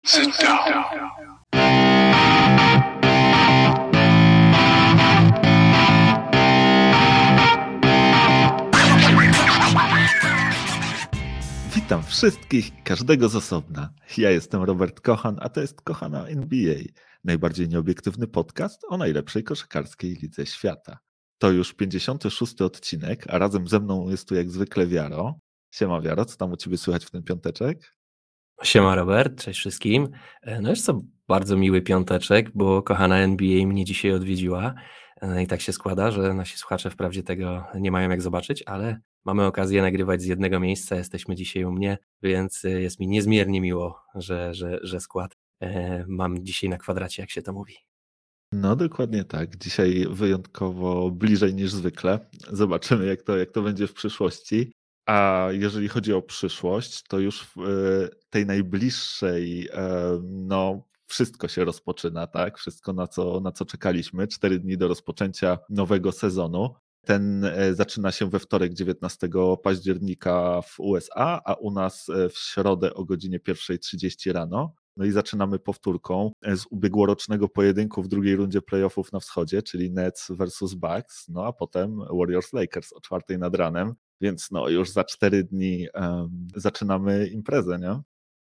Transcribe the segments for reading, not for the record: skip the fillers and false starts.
Sit down. Witam wszystkich i każdego z osobna. Ja jestem Robert Kochan, a to jest Kochana NBA, najbardziej nieobiektywny podcast o najlepszej koszykarskiej lidze świata. To już 56. odcinek, a razem ze mną jest tu jak zwykle Wiaro. Siema Wiaro, co tam u Ciebie słychać w ten piąteczek? Siema Robert, cześć wszystkim. No jest to bardzo miły piąteczek, bo kochana NBA mnie dzisiaj odwiedziła. I tak się składa, że nasi słuchacze wprawdzie tego nie mają jak zobaczyć, ale mamy okazję nagrywać z jednego miejsca, jesteśmy dzisiaj u mnie, więc jest mi niezmiernie miło, że skład mam dzisiaj na kwadracie, jak się to mówi. No dokładnie tak. Dzisiaj wyjątkowo bliżej niż zwykle. Zobaczymy jak to będzie w przyszłości. A jeżeli chodzi o przyszłość, to już w tej najbliższej, no wszystko się rozpoczyna, tak? Wszystko na co czekaliśmy. 4 dni do rozpoczęcia nowego sezonu. Ten zaczyna się we wtorek 19 października w USA, a u nas w środę o godzinie 1:30 rano. No i zaczynamy powtórką z ubiegłorocznego pojedynku w drugiej rundzie playoffów na wschodzie, czyli Nets versus Bucks, no a potem Warriors-Lakers o 4:00 nad ranem, więc no już za 4 dni zaczynamy imprezę, nie?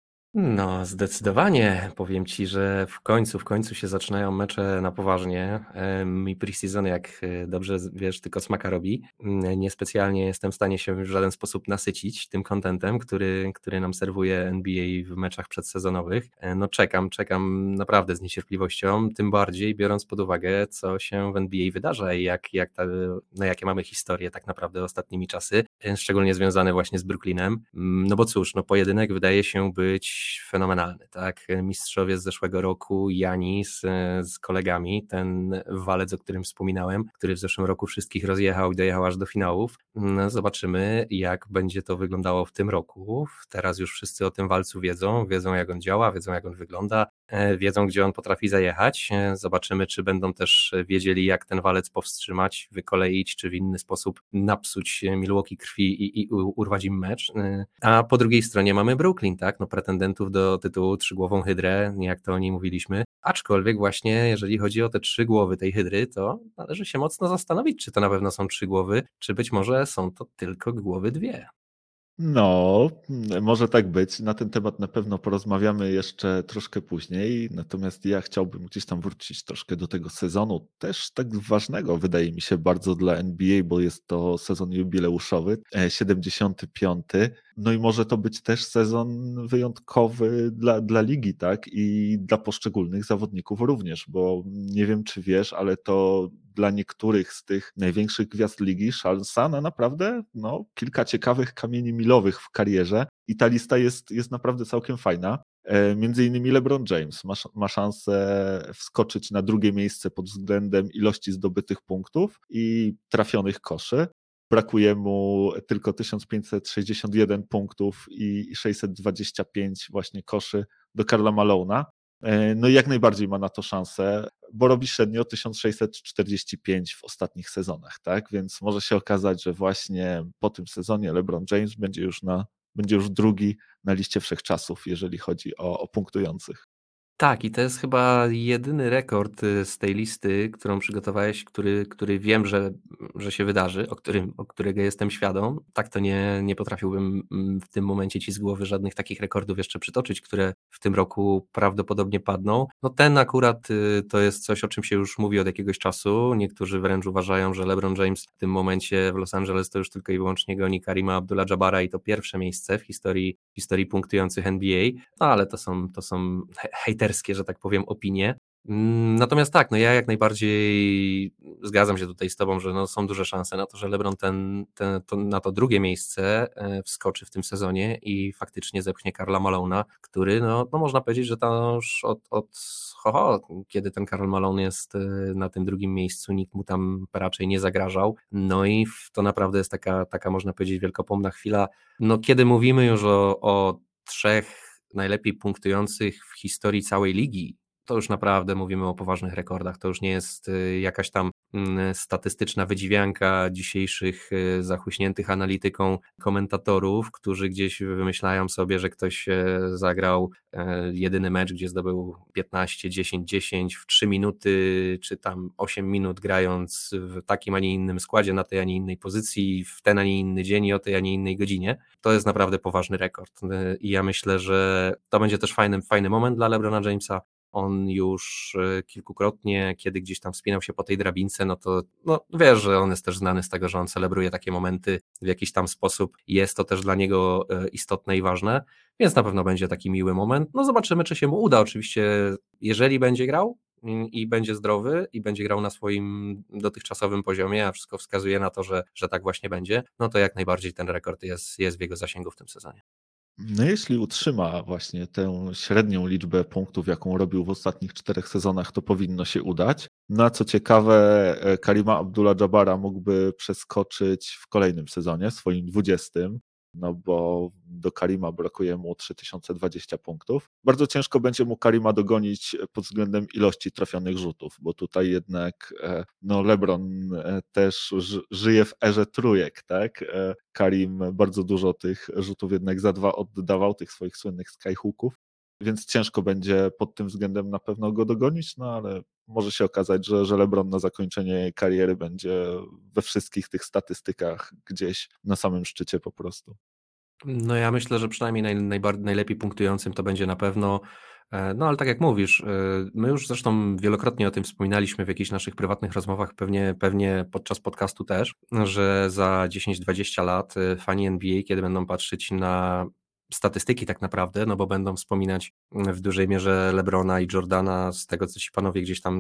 No, zdecydowanie. Powiem Ci, że w końcu się zaczynają mecze na poważnie. Mi preseason, jak dobrze wiesz, tylko smaka robi. Niespecjalnie jestem w stanie się w żaden sposób nasycić tym contentem, który nam serwuje NBA w meczach przedsezonowych. No czekam naprawdę z niecierpliwością, tym bardziej biorąc pod uwagę, co się w NBA wydarza i jakie mamy historie tak naprawdę ostatnimi czasy, szczególnie związane właśnie z Brooklynem. No bo cóż, no pojedynek wydaje się być fenomenalny, tak? Mistrzowie z zeszłego roku, Janis z kolegami, ten walec, o którym wspominałem, który w zeszłym roku wszystkich rozjechał i dojechał aż do finałów. No, zobaczymy, jak będzie to wyglądało w tym roku. Teraz już wszyscy o tym walcu wiedzą jak on działa, wiedzą jak on wygląda, wiedzą gdzie on potrafi zajechać. Zobaczymy, czy będą też wiedzieli jak ten walec powstrzymać, wykoleić, czy w inny sposób napsuć Milwaukee krwi i urwać im mecz. A po drugiej stronie mamy Brooklyn, tak? No pretendentów do tytułu trzygłową hydrę, jak to o niej mówiliśmy. Aczkolwiek właśnie jeżeli chodzi o te 3 głowy tej hydry, to należy się mocno zastanowić, czy to na pewno są 3 głowy, czy być może są to tylko głowy 2. No, może tak być. Na ten temat na pewno porozmawiamy jeszcze troszkę później. Natomiast ja chciałbym gdzieś tam wrócić troszkę do tego sezonu, też tak ważnego, wydaje mi się, bardzo dla NBA, bo jest to sezon jubileuszowy, 75. No i może to być też sezon wyjątkowy dla ligi, tak? I dla poszczególnych zawodników również, bo nie wiem, czy wiesz, ale to dla niektórych z tych największych gwiazd ligi szansa na naprawdę kilka ciekawych kamieni milowych w karierze i ta lista jest naprawdę całkiem fajna. Między innymi LeBron James ma szansę wskoczyć na drugie miejsce pod względem ilości zdobytych punktów i trafionych koszy. Brakuje mu tylko 1561 punktów i 625 właśnie koszy do Karla Malona. No i jak najbardziej ma na to szansę, bo robi średnio 1645 w ostatnich sezonach, tak? Więc może się okazać, że właśnie po tym sezonie LeBron James będzie już drugi na liście wszechczasów, jeżeli chodzi o punktujących. Tak, i to jest chyba jedyny rekord z tej listy, którą przygotowałeś, który wiem, że się wydarzy, o którego jestem świadom. Tak to nie potrafiłbym w tym momencie ci z głowy żadnych takich rekordów jeszcze przytoczyć, które w tym roku prawdopodobnie padną. No ten akurat to jest coś, o czym się już mówi od jakiegoś czasu. Niektórzy wręcz uważają, że LeBron James w tym momencie w Los Angeles to już tylko i wyłącznie goni Karima Abdul-Jabara i to pierwsze miejsce w historii punktujących NBA, no ale to są hejterskie, że tak powiem, opinie. Natomiast tak, no ja jak najbardziej zgadzam się tutaj z tobą, że no są duże szanse na to, że LeBron na to drugie miejsce wskoczy w tym sezonie i faktycznie zepchnie Karla Malona, który no można powiedzieć, że to już kiedy ten Karl Malone jest na tym drugim miejscu, nikt mu tam raczej nie zagrażał. No i to naprawdę jest taka można powiedzieć wielkopomna chwila. No kiedy mówimy już o 3 najlepiej punktujących w historii całej ligi to już naprawdę mówimy o poważnych rekordach. To już nie jest jakaś tam statystyczna wydziwianka dzisiejszych zachłyśniętych analityką komentatorów, którzy gdzieś wymyślają sobie, że ktoś zagrał jedyny mecz, gdzie zdobył 15, 10, 10 w 3 minuty, czy tam 8 minut grając w takim, a nie innym składzie, na tej, a nie innej pozycji, w ten, a nie inny dzień i o tej, a nie innej godzinie. To jest naprawdę poważny rekord i ja myślę, że to będzie też fajny moment dla LeBrona Jamesa. On już kilkukrotnie, kiedy gdzieś tam wspinał się po tej drabince, no to wiesz, że on jest też znany z tego, że on celebruje takie momenty w jakiś tam sposób. Jest to też dla niego istotne i ważne, więc na pewno będzie taki miły moment. No zobaczymy, czy się mu uda. Oczywiście, jeżeli będzie grał i będzie zdrowy i będzie grał na swoim dotychczasowym poziomie, a wszystko wskazuje na to, że tak właśnie będzie, no to jak najbardziej ten rekord jest w jego zasięgu w tym sezonie. No jeśli utrzyma właśnie tę średnią liczbę punktów, jaką robił w ostatnich 4 sezonach, to powinno się udać. No a co ciekawe, Karima Abdullah-Jabbara mógłby przeskoczyć w kolejnym sezonie, swoim 20, no bo do Karima brakuje mu 3020 punktów. Bardzo ciężko będzie mu Karima dogonić pod względem ilości trafionych rzutów, bo tutaj jednak no LeBron też żyje w erze trójek, tak? Karim bardzo dużo tych rzutów jednak za 2 oddawał, tych swoich słynnych skyhooków, więc ciężko będzie pod tym względem na pewno go dogonić, no ale może się okazać, że LeBron na zakończenie kariery będzie we wszystkich tych statystykach gdzieś na samym szczycie po prostu. No ja myślę, że przynajmniej najlepiej punktującym to będzie na pewno, no ale tak jak mówisz, my już zresztą wielokrotnie o tym wspominaliśmy w jakichś naszych prywatnych rozmowach, pewnie podczas podcastu też, że za 10-20 lat fani NBA, kiedy będą patrzeć na statystyki tak naprawdę, no bo będą wspominać w dużej mierze LeBrona i Jordana z tego, co ci panowie gdzieś tam,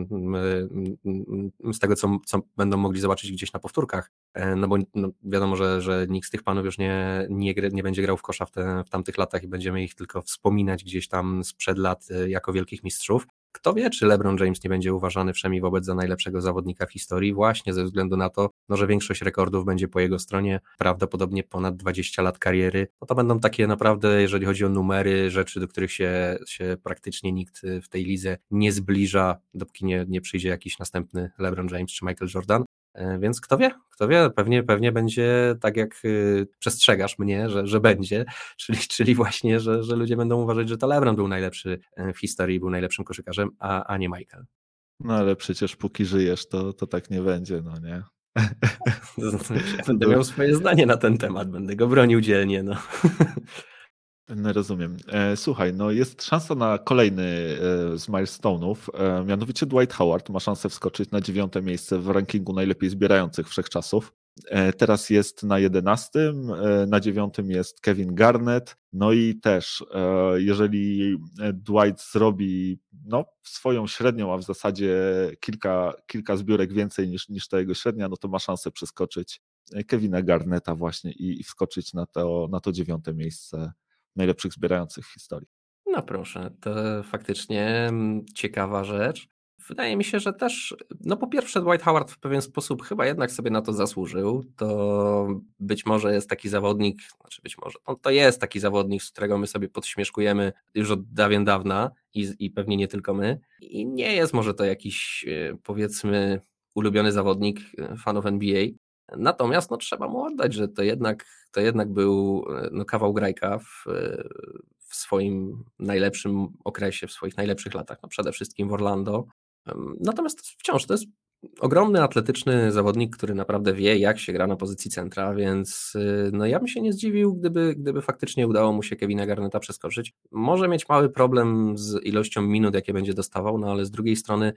z tego, co będą mogli zobaczyć gdzieś na powtórkach, no bo wiadomo, że nikt z tych panów już nie będzie grał w kosza w tamtych latach i będziemy ich tylko wspominać gdzieś tam sprzed lat jako wielkich mistrzów. Kto wie, czy LeBron James nie będzie uważany wszemi wobec za najlepszego zawodnika w historii, właśnie ze względu na to, no, że większość rekordów będzie po jego stronie, prawdopodobnie ponad 20 lat kariery. No to będą takie naprawdę, jeżeli chodzi o numery, rzeczy, do których się praktycznie nikt w tej lidze nie zbliża, dopóki nie przyjdzie jakiś następny LeBron James czy Michael Jordan. Więc kto wie, pewnie będzie tak jak przestrzegasz mnie, że będzie, czyli właśnie, że ludzie będą uważać, że to LeBron był najlepszy w historii, był najlepszym koszykarzem, a nie Michael. No ale przecież póki żyjesz, to tak nie będzie, no nie? Ja będę miał swoje zdanie na ten temat, będę go bronił dzielnie, no. No rozumiem. Słuchaj, no jest szansa na kolejny z milestone'ów, mianowicie Dwight Howard ma szansę wskoczyć na 9. miejsce w rankingu najlepiej zbierających wszechczasów. Teraz jest na 11, na 9 jest Kevin Garnett, no i też jeżeli Dwight zrobi swoją średnią, a w zasadzie kilka zbiórek więcej niż ta jego średnia, no to ma szansę przeskoczyć Kevina Garnetta właśnie i wskoczyć na to 9. miejsce najlepszych zbierających w historii. No proszę, to faktycznie ciekawa rzecz. Wydaje mi się, że też, no po pierwsze Dwight Howard w pewien sposób chyba jednak sobie na to zasłużył. To być może jest taki zawodnik, to jest taki zawodnik, z którego my sobie podśmieszkujemy już od dawien dawna i pewnie nie tylko my. I nie jest może to jakiś, powiedzmy, ulubiony zawodnik fanów NBA. Natomiast trzeba mu oddać, że to jednak był kawał grajka w swoim najlepszym okresie, w swoich najlepszych latach, przede wszystkim w Orlando. Natomiast wciąż to jest ogromny, atletyczny zawodnik, który naprawdę wie, jak się gra na pozycji centra, więc ja bym się nie zdziwił, gdyby faktycznie udało mu się Kevina Garnetta przeskoczyć. Może mieć mały problem z ilością minut, jakie będzie dostawał, ale z drugiej strony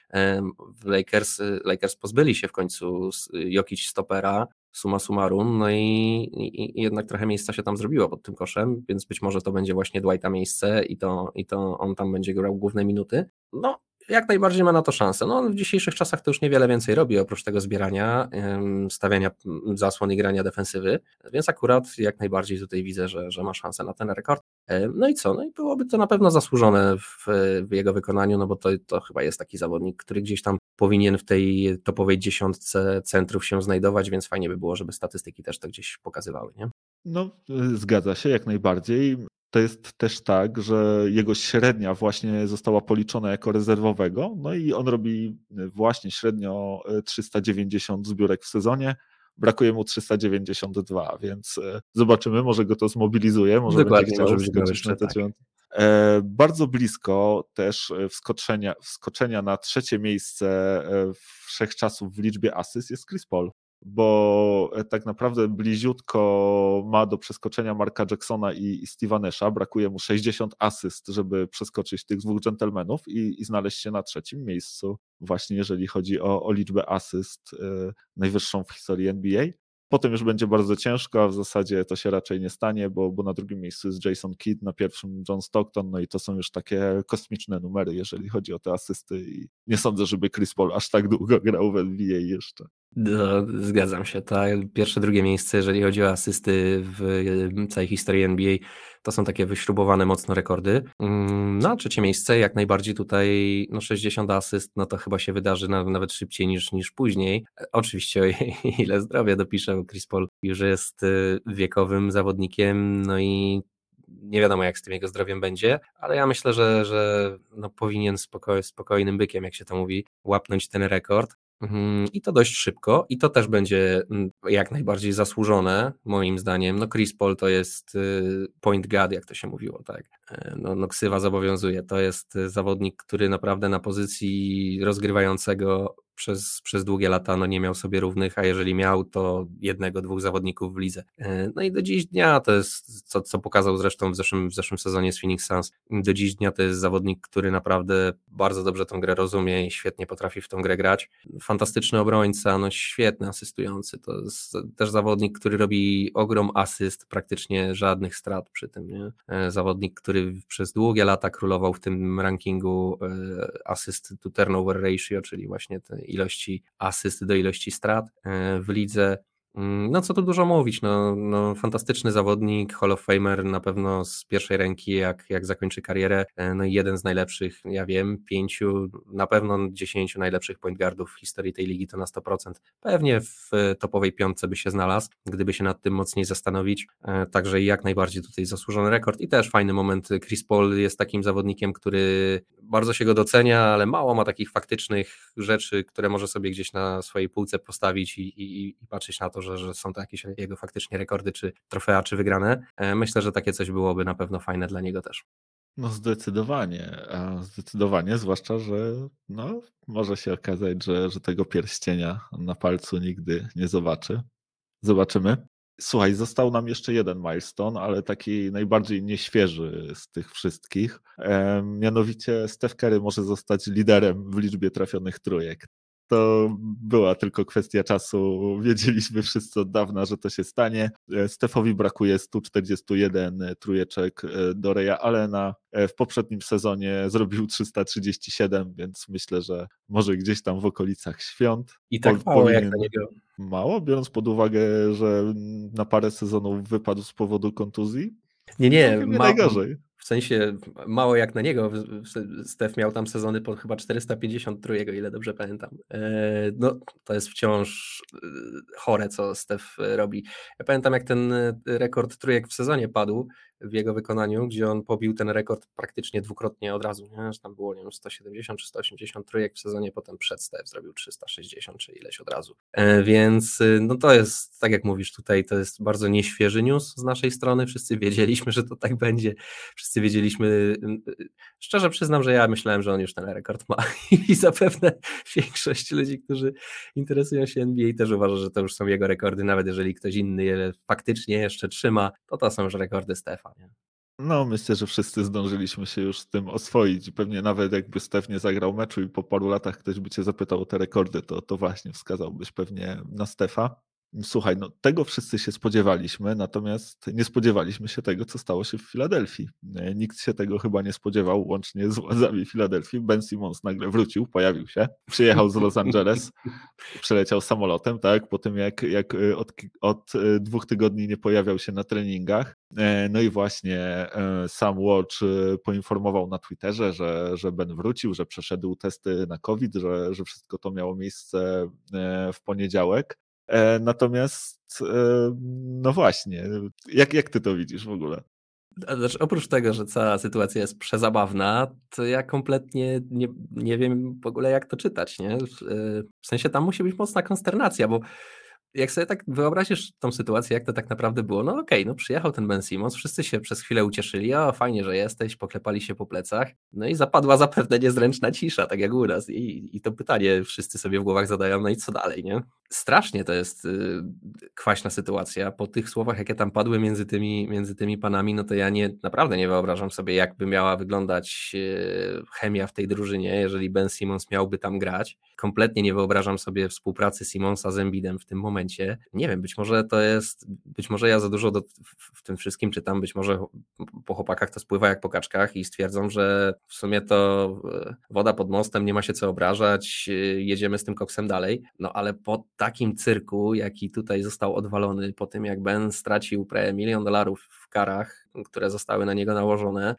Lakers pozbyli się w końcu Jokic stopera, summa summarum, i jednak trochę miejsca się tam zrobiło pod tym koszem, więc być może to będzie właśnie Dwighta miejsce i to on tam będzie grał główne minuty. Jak najbardziej ma na to szansę. On w dzisiejszych czasach to już niewiele więcej robi, oprócz tego zbierania, stawiania zasłon i grania defensywy, więc akurat jak najbardziej tutaj widzę, że ma szansę na ten rekord. No i co? No i byłoby to na pewno zasłużone w jego wykonaniu, bo to chyba jest taki zawodnik, który gdzieś tam powinien w tej topowej 10 centrów się znajdować, więc fajnie by było, żeby statystyki też to gdzieś pokazywały, nie? No, zgadza się, jak najbardziej. to jest też tak, że jego średnia właśnie została policzona jako rezerwowego, no i on robi właśnie średnio 390 zbiórek w sezonie, brakuje mu 392, więc zobaczymy, może go to zmobilizuje, może będzie Dokładnie, może chciał być miał wskoczyć na jeszcze te tak. 9. Bardzo blisko też wskoczenia na trzecie miejsce wszechczasów w liczbie asyst jest Chris Paul, bo tak naprawdę bliziutko ma do przeskoczenia Marka Jacksona i Steve'a Nasha. Brakuje mu 60 asyst, żeby przeskoczyć tych dwóch dżentelmenów i znaleźć się na trzecim miejscu, właśnie jeżeli chodzi o liczbę asyst najwyższą w historii NBA. Potem już będzie bardzo ciężko, a w zasadzie to się raczej nie stanie, bo na drugim miejscu jest Jason Kidd, na pierwszym John Stockton, no i to są już takie kosmiczne numery, jeżeli chodzi o te asysty i nie sądzę, żeby Chris Paul aż tak długo grał w NBA jeszcze. No, zgadzam się. Pierwsze, drugie miejsce, jeżeli chodzi o asysty w całej historii NBA, to są takie wyśrubowane mocno rekordy. No a trzecie miejsce, jak najbardziej tutaj 60 asyst, no to chyba się wydarzy nawet szybciej niż później. Oczywiście o ile zdrowia dopiszę, bo Chris Paul już jest wiekowym zawodnikiem, no i nie wiadomo jak z tym jego zdrowiem będzie, ale ja myślę, że powinien spokojnym bykiem, jak się to mówi, łapnąć ten rekord. I to dość szybko i to też będzie jak najbardziej zasłużone moim zdaniem. No Chris Paul to jest point guard, jak to się mówiło, tak. No ksywa zobowiązuje. To jest zawodnik, który naprawdę na pozycji rozgrywającego przez długie lata nie miał sobie równych, a jeżeli miał, to jednego, dwóch zawodników w lidze. No i do dziś dnia to jest, co pokazał zresztą w zeszłym sezonie z Phoenix Suns, do dziś dnia to jest zawodnik, który naprawdę bardzo dobrze tą grę rozumie i świetnie potrafi w tą grę grać. Fantastyczny obrońca, świetny asystujący, to jest też zawodnik, który robi ogrom asyst, praktycznie żadnych strat przy tym, nie? Zawodnik, który przez długie lata królował w tym rankingu assist to turnover ratio, czyli właśnie te ilości asyst do ilości strat w lidze. No co tu dużo mówić, fantastyczny zawodnik, Hall of Famer na pewno z pierwszej ręki, jak zakończy karierę, no i jeden z najlepszych, ja wiem, 5, na pewno 10 najlepszych point guardów w historii tej ligi to na 100%. Pewnie w topowej piątce by się znalazł, gdyby się nad tym mocniej zastanowić, także jak najbardziej tutaj zasłużony rekord i też fajny moment. Chris Paul jest takim zawodnikiem, który bardzo się go docenia, ale mało ma takich faktycznych rzeczy, które może sobie gdzieś na swojej półce postawić i patrzeć na to, że są to jakieś jego faktycznie rekordy, czy trofea, czy wygrane. Myślę, że takie coś byłoby na pewno fajne dla niego też. No zdecydowanie, zwłaszcza, że może się okazać, że tego pierścienia na palcu nigdy nie zobaczy. Zobaczymy. Słuchaj, został nam jeszcze jeden milestone, ale taki najbardziej nieświeży z tych wszystkich. Mianowicie Steph Curry może zostać liderem w liczbie trafionych trójek. To była tylko kwestia czasu. Wiedzieliśmy wszyscy od dawna, że to się stanie. Stephowi brakuje 141 trójeczek do Raya Allena. W poprzednim sezonie zrobił 337, więc myślę, że może gdzieś tam w okolicach świąt. I tak mało jak na Powinien. niego. Mało, biorąc pod uwagę, że na parę sezonów wypadł z powodu kontuzji? Nie, Całkiem nie najgorzej. w sensie mało jak na niego. Steph miał tam sezony po chyba 453, o ile dobrze pamiętam. To jest wciąż chore, co Steph robi. Ja pamiętam, jak ten rekord trójek w sezonie padł w jego wykonaniu, gdzie on pobił ten rekord praktycznie dwukrotnie od razu, nie? Że tam było, nie wiem, 170 czy 180 trójek w sezonie, potem przed Steph zrobił 360 czy ileś od razu. Więc to jest, tak jak mówisz tutaj, to jest bardzo nieświeży news z naszej strony. Wszyscy wiedzieliśmy, że to tak będzie. Wszyscy wiedzieliśmy, szczerze przyznam, że ja myślałem, że on już ten rekord ma i zapewne większość ludzi, którzy interesują się NBA też uważa, że to już są jego rekordy, nawet jeżeli ktoś inny je faktycznie jeszcze trzyma, to są już rekordy Stefa. Nie? Myślę, że wszyscy zdążyliśmy się już z tym oswoić i pewnie nawet jakby Steph nie zagrał meczu i po paru latach ktoś by cię zapytał o te rekordy, to właśnie wskazałbyś pewnie na Stefa. Słuchaj, tego wszyscy się spodziewaliśmy, natomiast nie spodziewaliśmy się tego, co stało się w Filadelfii. Nikt się tego chyba nie spodziewał, łącznie z władzami Filadelfii. Ben Simmons nagle wrócił, pojawił się, przyjechał z Los Angeles, przeleciał samolotem, tak, po tym jak od 2 tygodni nie pojawiał się na treningach. No i właśnie sam Watch poinformował na Twitterze, że Ben wrócił, że przeszedł testy na COVID, że wszystko to miało miejsce w poniedziałek. Natomiast właśnie, jak ty to widzisz w ogóle? Znaczy, oprócz tego, że cała sytuacja jest przezabawna, to ja kompletnie nie wiem w ogóle jak to czytać, nie? W sensie tam musi być mocna konsternacja, bo jak sobie tak wyobrazisz tą sytuację, jak to tak naprawdę było, no okej, no przyjechał ten Ben Simmons, wszyscy się przez chwilę ucieszyli, o fajnie, że jesteś, poklepali się po plecach, no i zapadła zapewne niezręczna cisza, tak jak u nas i to pytanie wszyscy sobie w głowach zadają, no i co dalej, nie? Strasznie to jest kwaśna sytuacja, po tych słowach, jakie tam padły między tymi panami, no to ja naprawdę nie wyobrażam sobie, jakby miała wyglądać chemia w tej drużynie, jeżeli Ben Simmons miałby tam grać. Kompletnie nie wyobrażam sobie współpracy Simmonsa z Embiidem w tym momencie. Nie wiem, być może ja za dużo w tym wszystkim czytam, być może po chłopakach to spływa jak po kaczkach i stwierdzą, że w sumie to woda pod mostem, nie ma się co obrażać, jedziemy z tym koksem dalej, no ale po takim cyrku, jaki tutaj został odwalony, po tym jak Ben stracił prawie $1 milion w karach, które zostały na niego nałożone,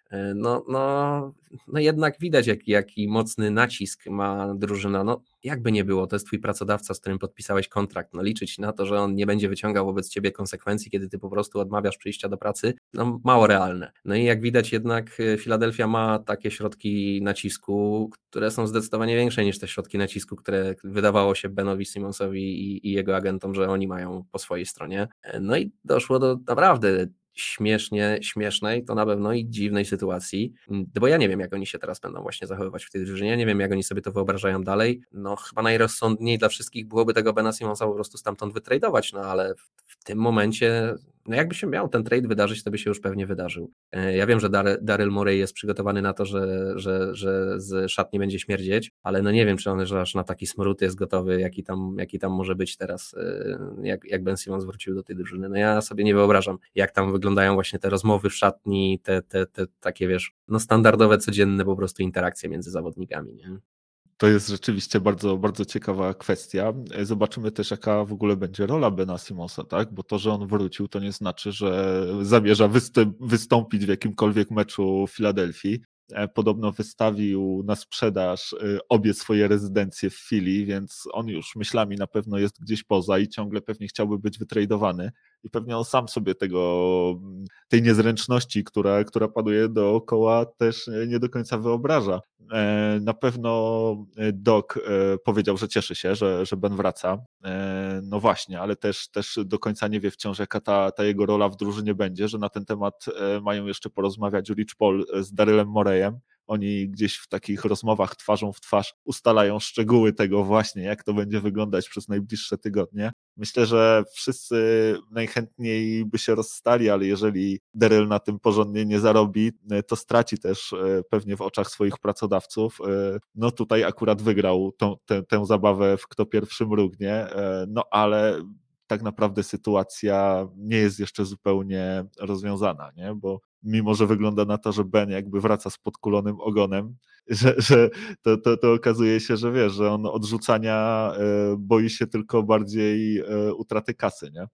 no jednak widać, jaki mocny nacisk ma drużyna. No jakby nie było, to jest twój pracodawca, z którym podpisałeś kontrakt, no liczyć na to, że on nie będzie wyciągał wobec ciebie konsekwencji, kiedy ty po prostu odmawiasz przyjścia do pracy, no mało realne. No i jak widać jednak Filadelfia ma takie środki nacisku, które są zdecydowanie większe niż te środki nacisku, które wydawało się Benowi Simmonsowi i jego agentom, że oni mają po swojej stronie. No i doszło do naprawdę śmiesznej, to na pewno i dziwnej sytuacji, bo ja nie wiem, jak oni się teraz będą właśnie zachowywać w tej drużynie, ja nie wiem, jak oni sobie to wyobrażają dalej, no chyba najrozsądniej dla wszystkich byłoby tego Bena Simmonsa po prostu stamtąd wytradować, no ale w tym momencie, no jakby się miał ten trade wydarzyć, to by się już pewnie wydarzył. Ja wiem, że Daryl Morey jest przygotowany na to, że z szatni będzie śmierdzieć, ale no nie wiem, czy on że aż na taki smród jest gotowy, jaki tam może być teraz, jak Ben Simmons wrócił do tej drużyny. No ja sobie nie wyobrażam, jak tam wyglądają właśnie te rozmowy w szatni, te takie, wiesz, no standardowe, codzienne po prostu interakcje między zawodnikami, nie? To jest rzeczywiście bardzo, bardzo ciekawa kwestia. Zobaczymy też, jaka w ogóle będzie rola Bena Simmonsa, tak? Bo to, że on wrócił, to nie znaczy, że zamierza wystąpić w jakimkolwiek meczu Filadelfii. Podobno wystawił na sprzedaż obie swoje rezydencje w Philly, więc on już myślami na pewno jest gdzieś poza i ciągle pewnie chciałby być wytradowany. I pewnie on sam sobie tej niezręczności, która panuje dookoła, też nie do końca wyobraża. Na pewno Doc powiedział, że cieszy się, że Ben wraca. No właśnie, ale też do końca nie wie wciąż, jaka ta jego rola w drużynie będzie, że na ten temat mają jeszcze porozmawiać Rich Paul z Darylem Moreyem. Oni gdzieś w takich rozmowach twarzą w twarz ustalają szczegóły tego właśnie, jak to będzie wyglądać przez najbliższe tygodnie. Myślę, że wszyscy najchętniej by się rozstali, ale jeżeli Daryl na tym porządnie nie zarobi, to straci też pewnie w oczach swoich pracodawców. No tutaj akurat wygrał tę zabawę w kto pierwszy mrugnie, no ale tak naprawdę sytuacja nie jest jeszcze zupełnie rozwiązana, nie? Bo mimo, że wygląda na to, że Ben jakby wraca z podkulonym ogonem, że to okazuje się, że wiesz, że on odrzucania boi się tylko bardziej utraty kasy, nie?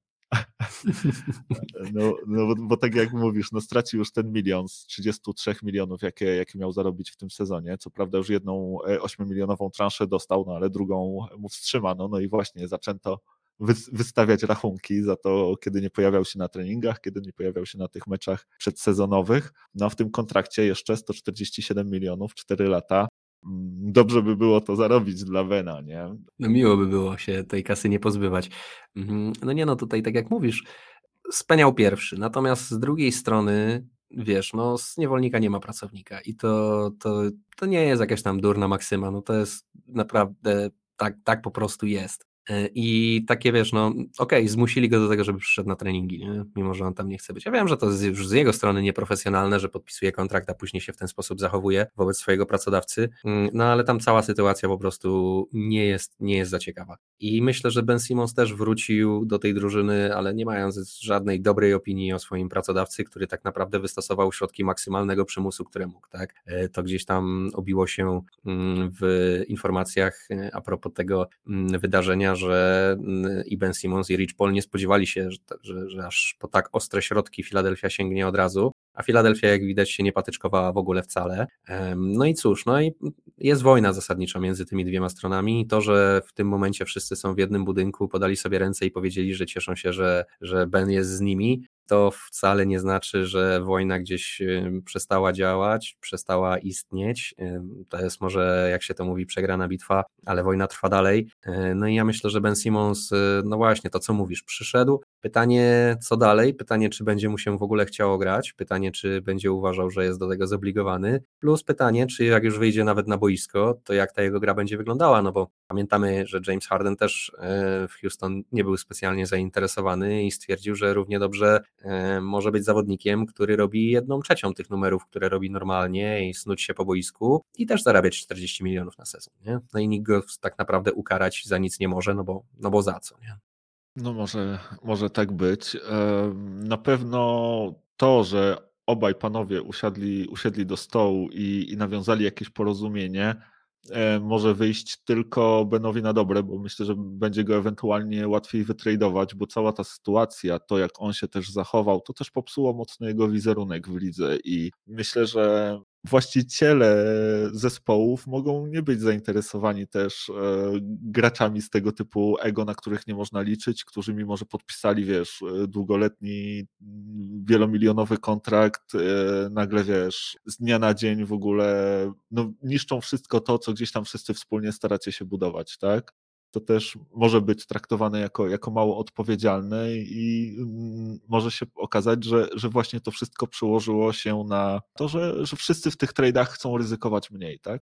No bo tak jak mówisz, no stracił już ten $1 milion z 33 milionów, jakie miał zarobić w tym sezonie. Co prawda już jedną 8-milionową transzę dostał, no ale drugą mu wstrzymano, no i właśnie zaczęto wystawiać rachunki za to, kiedy nie pojawiał się na treningach, kiedy nie pojawiał się na tych meczach przedsezonowych. No w tym kontrakcie jeszcze 147 milionów, 4 lata. Dobrze by było to zarobić dla Bena, nie? No miło by było się tej kasy nie pozbywać. No nie, no tutaj tak jak mówisz, speniał pierwszy, natomiast z drugiej strony, wiesz, no z niewolnika nie ma pracownika i to nie jest jakaś tam durna maksyma, no to jest naprawdę, tak po prostu jest. I takie, wiesz, no okej, zmusili go do tego, żeby przyszedł na treningi, nie? Mimo że on tam nie chce być. Ja wiem, że to jest już z jego strony nieprofesjonalne, że podpisuje kontrakt, a później się w ten sposób zachowuje wobec swojego pracodawcy, no ale tam cała sytuacja po prostu nie jest za ciekawa. I myślę, że Ben Simmons też wrócił do tej drużyny, ale nie mając żadnej dobrej opinii o swoim pracodawcy, który tak naprawdę wystosował środki maksymalnego przymusu, które mógł, tak? To gdzieś tam obiło się w informacjach a propos tego wydarzenia, że i Ben Simmons i Rich Paul nie spodziewali się, że aż po tak ostre środki Filadelfia sięgnie od razu, a Filadelfia, jak widać, się nie patyczkowała w ogóle wcale. No i cóż, no i jest wojna zasadnicza między tymi dwiema stronami i to, że w tym momencie wszyscy są w jednym budynku, podali sobie ręce i powiedzieli, że cieszą się, że Ben jest z nimi, to wcale nie znaczy, że wojna gdzieś przestała działać, przestała istnieć. To jest może, jak się to mówi, przegrana bitwa, ale wojna trwa dalej. No i ja myślę, że Ben Simmons, no właśnie to co mówisz, przyszedł. Pytanie co dalej, pytanie czy będzie mu się w ogóle chciało grać, pytanie czy będzie uważał, że jest do tego zobligowany, plus pytanie czy jak już wyjdzie nawet na boisko, to jak ta jego gra będzie wyglądała, no bo pamiętamy, że James Harden też w Houston nie był specjalnie zainteresowany i stwierdził, że równie dobrze może być zawodnikiem, który robi 1/3 tych numerów, które robi normalnie i snuć się po boisku i też zarabiać 40 milionów na sezon. Nie? No i nikt go tak naprawdę ukarać za nic nie może, no bo za co, nie? No może tak być. Na pewno to, że obaj panowie usiedli do stołu i nawiązali jakieś porozumienie, może wyjść tylko Benowi na dobre, bo myślę, że będzie go ewentualnie łatwiej wytradować, bo cała ta sytuacja, to jak on się też zachował, to też popsuło mocno jego wizerunek w lidze i myślę, że właściciele zespołów mogą nie być zainteresowani też graczami z tego typu ego, na których nie można liczyć, którzy mimo, że podpisali, wiesz, długoletni, wielomilionowy kontrakt, nagle, wiesz, z dnia na dzień w ogóle no, niszczą wszystko to, co gdzieś tam wszyscy wspólnie staracie się budować, tak? To też może być traktowane jako mało odpowiedzialne i może się okazać, że właśnie to wszystko przełożyło się na to, że wszyscy w tych trade'ach chcą ryzykować mniej, tak?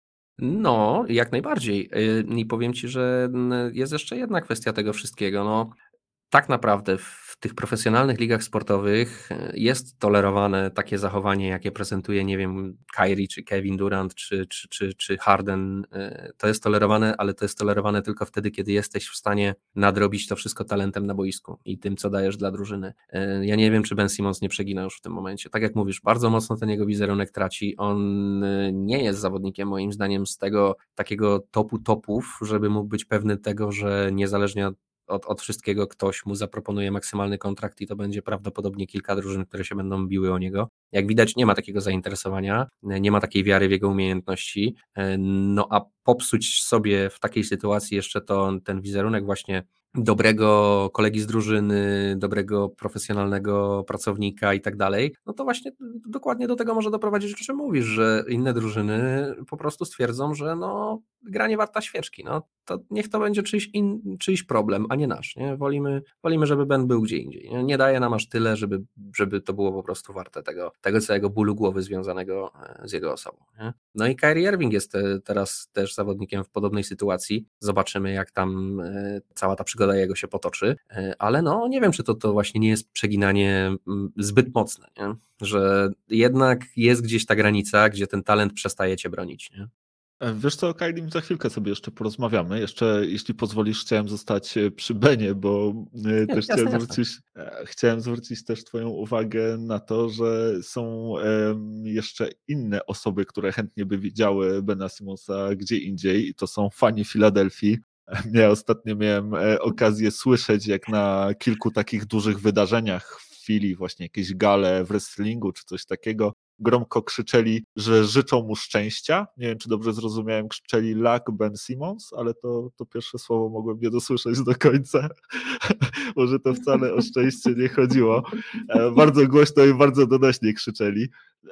No, jak najbardziej. I powiem Ci, że jest jeszcze jedna kwestia tego wszystkiego. No, tak naprawdę w tych profesjonalnych ligach sportowych jest tolerowane takie zachowanie, jakie prezentuje, nie wiem, Kyrie, czy Kevin Durant, czy Harden. To jest tolerowane, ale to jest tolerowane tylko wtedy, kiedy jesteś w stanie nadrobić to wszystko talentem na boisku i tym, co dajesz dla drużyny. Ja nie wiem, czy Ben Simmons nie przegina już w tym momencie. Tak jak mówisz, bardzo mocno ten jego wizerunek traci. On nie jest zawodnikiem, moim zdaniem, z tego takiego topu topów, żeby mógł być pewny tego, że niezależnie od wszystkiego ktoś mu zaproponuje maksymalny kontrakt i to będzie prawdopodobnie kilka drużyn, które się będą biły o niego. Jak widać, nie ma takiego zainteresowania, nie ma takiej wiary w jego umiejętności, no a popsuć sobie w takiej sytuacji jeszcze ten wizerunek właśnie dobrego kolegi z drużyny, dobrego profesjonalnego pracownika i tak dalej, no to właśnie dokładnie do tego może doprowadzić, o czym mówisz, że inne drużyny po prostu stwierdzą, że no gra nie warta świeczki, no to niech to będzie czyjś problem, a nie nasz, nie? Wolimy, żeby Ben był gdzie indziej, nie daje nam aż tyle, żeby to było po prostu warte tego całego bólu głowy związanego z jego osobą, nie? No i Kyrie Irving jest teraz też zawodnikiem w podobnej sytuacji, zobaczymy jak tam cała ta przygoda jego się potoczy, ale no nie wiem, czy to właśnie nie jest przeginanie zbyt mocne, nie? Że jednak jest gdzieś ta granica, gdzie ten talent przestaje cię bronić, nie? Wiesz co, o Kylie za chwilkę sobie jeszcze porozmawiamy. Jeszcze, jeśli pozwolisz, chciałem zostać przy Benie, bo też Jasne, jasne. chciałem zwrócić też twoją uwagę na to, że są jeszcze inne osoby, które chętnie by widziały Bena Simmonsa gdzie indziej i to są fani Filadelfii. Ja ostatnio miałem okazję słyszeć, jak na kilku takich dużych wydarzeniach w Filii, właśnie jakieś gale w wrestlingu czy coś takiego, gromko krzyczeli, że życzą mu szczęścia. Nie wiem, czy dobrze zrozumiałem, krzyczeli luck Ben Simmons, ale to pierwsze słowo mogłem nie dosłyszeć do końca. Może to wcale o szczęście nie chodziło. Bardzo głośno i bardzo donośnie krzyczeli.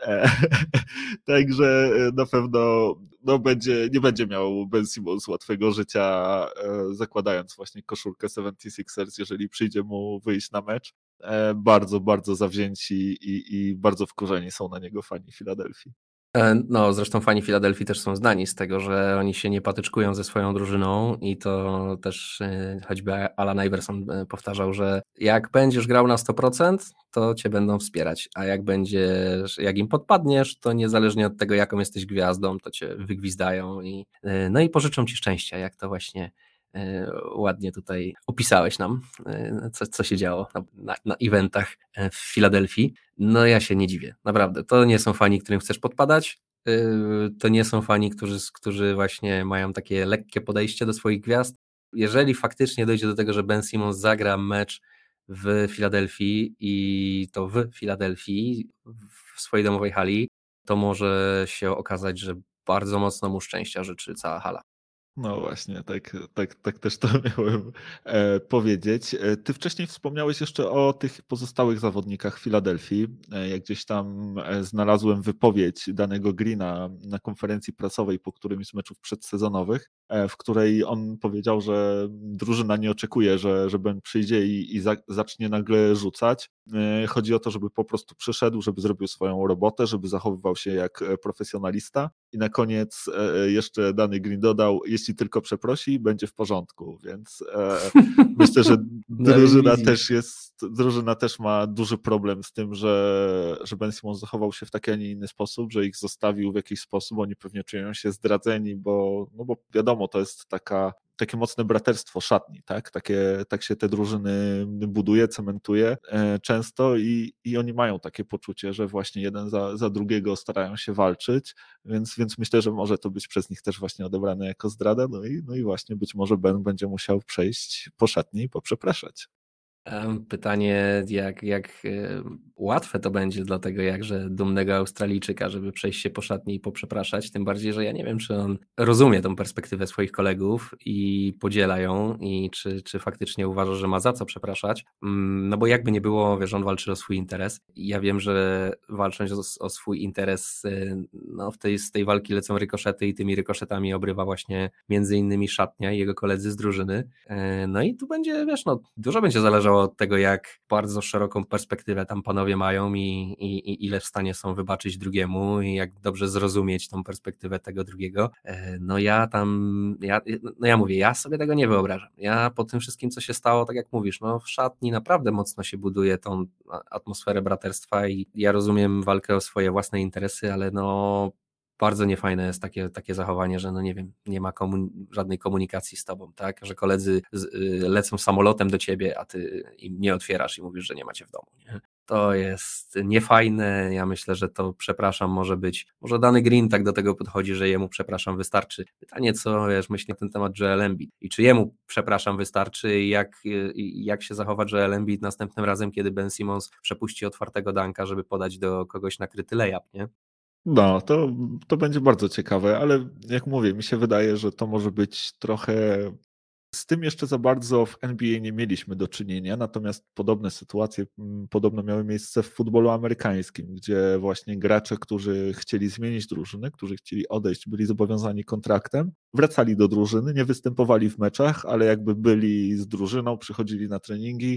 Także na pewno no nie będzie miał Ben Simmons łatwego życia, zakładając właśnie koszulkę 76ers, jeżeli przyjdzie mu wyjść na mecz. Bardzo, bardzo zawzięci i bardzo wkurzeni są na niego fani Filadelfii. No, zresztą fani Filadelfii też są znani z tego, że oni się nie patyczkują ze swoją drużyną i to też choćby Alan Iverson powtarzał, że jak będziesz grał na 100%, to cię będą wspierać, a jak im podpadniesz, to niezależnie od tego, jaką jesteś gwiazdą, to cię wygwizdają no i pożyczą ci szczęścia, jak to właśnie ładnie tutaj opisałeś nam, co się działo na eventach w Filadelfii. No ja się nie dziwię, naprawdę. To nie są fani, którym chcesz podpadać, to nie są fani, którzy właśnie mają takie lekkie podejście do swoich gwiazd. Jeżeli faktycznie dojdzie do tego, że Ben Simmons zagra mecz w Filadelfii i to w Filadelfii, w swojej domowej hali, to może się okazać, że bardzo mocno mu szczęścia życzy cała hala. No właśnie, tak też to miałem powiedzieć. Ty wcześniej wspomniałeś jeszcze o tych pozostałych zawodnikach Filadelfii. Jak gdzieś tam znalazłem wypowiedź danego Greena na konferencji prasowej po którymś z meczów przedsezonowych, w której on powiedział, że drużyna nie oczekuje, że Ben przyjdzie i zacznie nagle rzucać. Chodzi o to, żeby po prostu przyszedł, żeby zrobił swoją robotę, żeby zachowywał się jak profesjonalista. I na koniec jeszcze dany Green dodał, jeśli tylko przeprosi, będzie w porządku, więc myślę, że No i widzisz. drużyna też ma duży problem z tym, że Ben Simmons zachował się w taki, a nie inny sposób, że ich zostawił w jakiś sposób, oni pewnie czują się zdradzeni, bo wiadomo, to jest takie mocne braterstwo szatni, tak? Tak się te drużyny buduje, cementuje często i oni mają takie poczucie, że właśnie jeden za drugiego starają się walczyć, więc myślę, że może to być przez nich też właśnie odebrane jako zdrada, no i właśnie być może Ben będzie musiał przejść po szatni i poprzepraszać. Pytanie, jak łatwe to będzie dla tego jakże dumnego Australijczyka, żeby przejść się po szatni i poprzepraszać, tym bardziej, że ja nie wiem, czy on rozumie tą perspektywę swoich kolegów i podziela ją i czy faktycznie uważa, że ma za co przepraszać, no bo jakby nie było, wiesz, on walczy o swój interes i ja wiem, że walcząc o swój interes, no z tej walki lecą rykoszety i tymi rykoszetami obrywa właśnie między innymi szatnia i jego koledzy z drużyny, no i tu będzie, wiesz, no dużo będzie zależało od tego, jak bardzo szeroką perspektywę tam panowie mają i ile w stanie są wybaczyć drugiemu i jak dobrze zrozumieć tą perspektywę tego drugiego. No ja mówię, ja sobie tego nie wyobrażam. Ja po tym wszystkim, co się stało, tak jak mówisz, no w szatni naprawdę mocno się buduje tą atmosferę braterstwa i ja rozumiem walkę o swoje własne interesy, ale no bardzo niefajne jest takie zachowanie, że no nie wiem, nie ma żadnej komunikacji z tobą, tak? Że koledzy lecą samolotem do ciebie, a ty im nie otwierasz i mówisz, że nie macie w domu. Nie? To jest niefajne. Ja myślę, że to przepraszam może być. Może dany Green tak do tego podchodzi, że jemu przepraszam wystarczy. Pytanie, co wiesz, myśli na ten temat Joel Embiid i czy jemu przepraszam wystarczy i jak się zachowa Joel Embiid następnym razem, kiedy Ben Simmons przepuści otwartego danka, żeby podać do kogoś nakryty layup, nie? No, to będzie bardzo ciekawe, ale jak mówię, mi się wydaje, że to może być trochę. Z tym jeszcze za bardzo w NBA nie mieliśmy do czynienia, natomiast podobne sytuacje podobno miały miejsce w futbolu amerykańskim, gdzie właśnie gracze, którzy chcieli zmienić drużynę, którzy chcieli odejść, byli zobowiązani kontraktem, wracali do drużyny, nie występowali w meczach, ale jakby byli z drużyną, przychodzili na treningi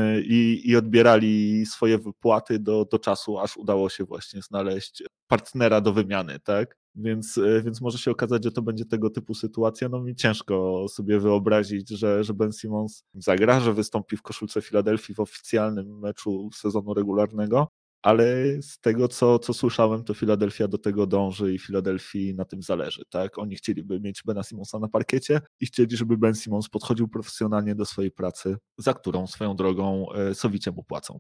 i odbierali swoje wypłaty do czasu, aż udało się właśnie znaleźć partnera do wymiany, tak? Więc może się okazać, że to będzie tego typu sytuacja. No mi ciężko sobie wyobrazić, że Ben Simmons zagra, że wystąpi w koszulce Filadelfii w oficjalnym meczu sezonu regularnego, ale z tego, co słyszałem, to Filadelfia do tego dąży i Filadelfii na tym zależy. Tak? Oni chcieliby mieć Bena Simmonsa na parkiecie i chcieli, żeby Ben Simmons podchodził profesjonalnie do swojej pracy, za którą swoją drogą sowicie mu płacą.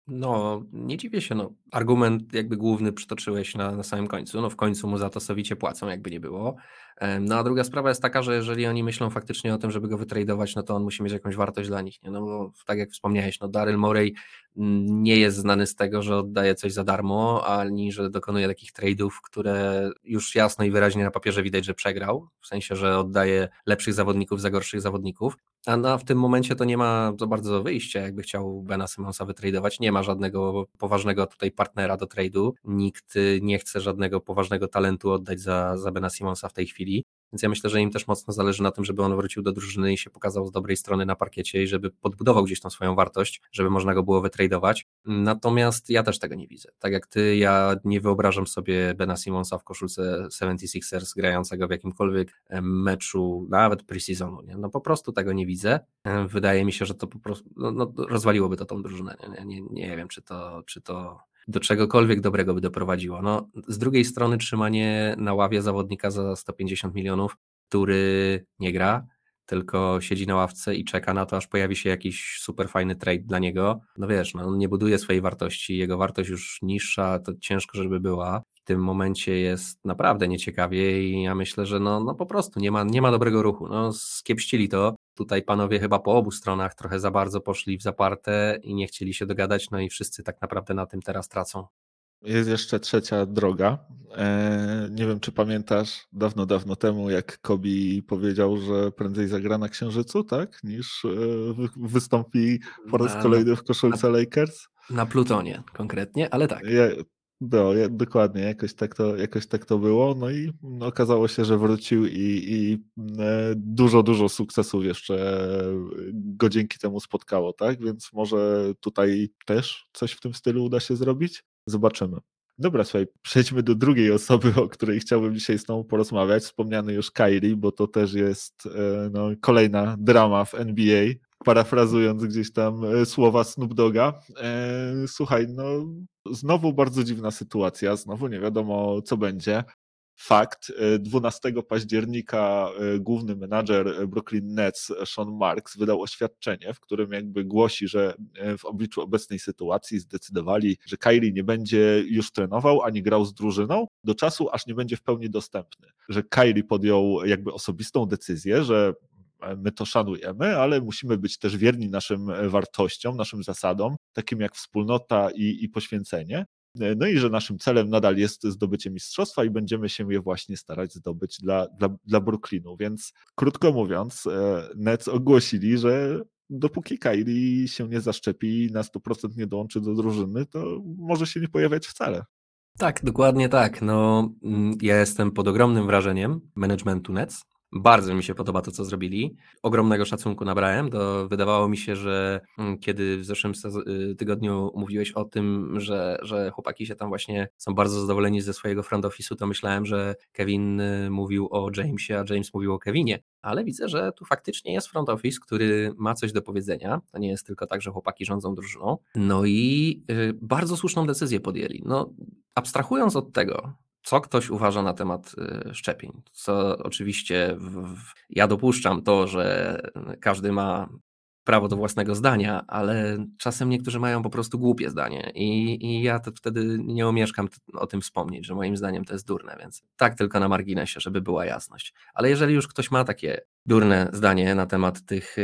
No, nie dziwię się, no. Argument jakby główny przytoczyłeś na samym końcu. No w końcu mu za to sowicie płacą, jakby nie było. No a druga sprawa jest taka, że jeżeli oni myślą faktycznie o tym, żeby go wytradować, no to on musi mieć jakąś wartość dla nich, nie? No bo tak jak wspomniałeś, no Daryl Morey nie jest znany z tego, że oddaje coś za darmo, ani że dokonuje takich trade'ów, które już jasno i wyraźnie na papierze widać, że przegrał, w sensie, że oddaje lepszych zawodników za gorszych zawodników. A w tym momencie to nie ma za bardzo wyjścia, jakby chciał Bena Simmonsa wytradować. Nie ma żadnego poważnego tutaj partnera do trade'u. Nikt nie chce żadnego poważnego talentu oddać za Bena Simmonsa w tej chwili. Więc ja myślę, że im też mocno zależy na tym, żeby on wrócił do drużyny i się pokazał z dobrej strony na parkiecie i żeby podbudował gdzieś tą swoją wartość, żeby można go było wytradować. Natomiast ja też tego nie widzę. Tak jak ty, ja nie wyobrażam sobie Bena Simmonsa w koszulce 76ers grającego w jakimkolwiek meczu, nawet pre-seasonu. Nie? No po prostu tego nie widzę. Wydaje mi się, że to po prostu rozwaliłoby to tą drużynę. Nie wiem, czy to do czegokolwiek dobrego by doprowadziło. No, z drugiej strony trzymanie na ławie zawodnika za 150 milionów, który nie gra, tylko siedzi na ławce i czeka na to, aż pojawi się jakiś super fajny trade dla niego. No wiesz, no, on nie buduje swojej wartości, jego wartość już niższa, to ciężko, żeby była. W tym momencie jest naprawdę nieciekawie i ja myślę, że no po prostu nie ma dobrego ruchu. No, skiepścili to. Tutaj panowie chyba po obu stronach trochę za bardzo poszli w zaparte i nie chcieli się dogadać, no i wszyscy tak naprawdę na tym teraz tracą. Jest jeszcze trzecia droga. Nie wiem, czy pamiętasz, dawno temu, jak Kobe powiedział, że prędzej zagra na Księżycu, tak, niż wystąpi po raz Na, na, kolejny w na, koszulce Lakers. na Plutonie konkretnie, ale tak. Dokładnie, jakoś tak to było. No i okazało się, że wrócił i dużo sukcesów jeszcze go dzięki temu spotkało, tak? Więc może tutaj też coś w tym stylu uda się zrobić? Zobaczymy. Dobra, słuchaj, przejdźmy do drugiej osoby, o której chciałbym dzisiaj z tobą porozmawiać. Wspomniany już Kyrie, bo to też jest kolejna drama w NBA. Parafrazując gdzieś tam słowa Snoop Dogga. Słuchaj, no znowu bardzo dziwna sytuacja, znowu nie wiadomo co będzie. Fakt, 12 października główny menadżer Brooklyn Nets Sean Marks wydał oświadczenie, w którym jakby głosi, że w obliczu obecnej sytuacji zdecydowali, że Kyrie nie będzie już trenował ani grał z drużyną do czasu, aż nie będzie w pełni dostępny. Że Kyrie podjął jakby osobistą decyzję, że my to szanujemy, ale musimy być też wierni naszym wartościom, naszym zasadom, takim jak wspólnota i poświęcenie. No i że naszym celem nadal jest zdobycie mistrzostwa i będziemy się je właśnie starać zdobyć dla Brooklynu. Więc krótko mówiąc, Nets ogłosili, że dopóki Kyrie się nie zaszczepi i na 100% nie dołączy do drużyny, to może się nie pojawiać wcale. Tak, dokładnie tak. No, ja jestem pod ogromnym wrażeniem managementu Nets. Bardzo mi się podoba to, co zrobili. Ogromnego szacunku nabrałem. Wydawało mi się, że kiedy w zeszłym tygodniu mówiłeś o tym, że chłopaki się tam właśnie są bardzo zadowoleni ze swojego front office'u, to myślałem, że Kevin mówił o Jamesie, a James mówił o Kevinie. Ale widzę, że tu faktycznie jest front office, który ma coś do powiedzenia. To nie jest tylko tak, że chłopaki rządzą drużyną. No i bardzo słuszną decyzję podjęli. No, abstrahując od tego, co ktoś uważa na temat szczepień, co oczywiście ja dopuszczam to, że każdy ma prawo do własnego zdania, ale czasem niektórzy mają po prostu głupie zdanie i ja to wtedy nie omieszkam o tym wspomnieć, że moim zdaniem to jest durne, więc tak tylko na marginesie, żeby była jasność. Ale jeżeli już ktoś ma takie durne zdanie na temat tych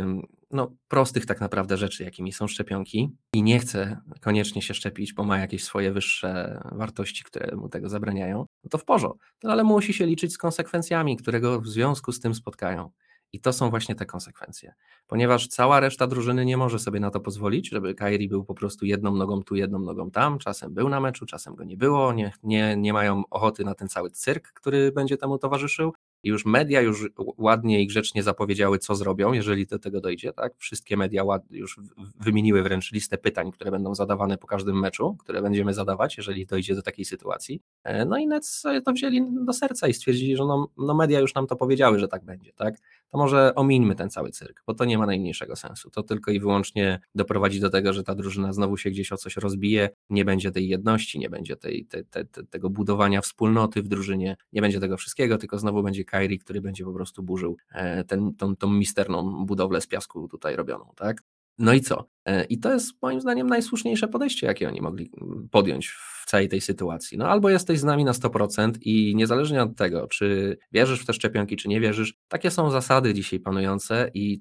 prostych tak naprawdę rzeczy, jakimi są szczepionki i nie chce koniecznie się szczepić, bo ma jakieś swoje wyższe wartości, które mu tego zabraniają, no to w porządku, ale musi się liczyć z konsekwencjami, które go w związku z tym spotkają. I to są właśnie te konsekwencje, ponieważ cała reszta drużyny nie może sobie na to pozwolić, żeby Kyrie był po prostu jedną nogą tu, jedną nogą tam, czasem był na meczu, czasem go nie było, nie mają ochoty na ten cały cyrk, który będzie temu towarzyszył. I już media już ładnie i grzecznie zapowiedziały, co zrobią, jeżeli do tego dojdzie, tak? Wszystkie media już wymieniły wręcz listę pytań, które będą zadawane po każdym meczu, które będziemy zadawać, jeżeli dojdzie do takiej sytuacji. No i Nets sobie to wzięli do serca i stwierdzili, że media już nam to powiedziały, że tak będzie, tak? To może omińmy ten cały cyrk, bo to nie ma najmniejszego sensu. To tylko i wyłącznie doprowadzi do tego, że ta drużyna znowu się gdzieś o coś rozbije, nie będzie tej jedności, nie będzie tego budowania wspólnoty w drużynie, nie będzie tego wszystkiego, tylko znowu będzie Kyrie, który będzie po prostu burzył tą misterną budowlę z piasku tutaj robioną, tak? No i co? I to jest moim zdaniem najsłuszniejsze podejście, jakie oni mogli podjąć w całej tej sytuacji. No albo jesteś z nami na 100% i niezależnie od tego, czy wierzysz w te szczepionki, czy nie wierzysz, takie są zasady dzisiaj panujące i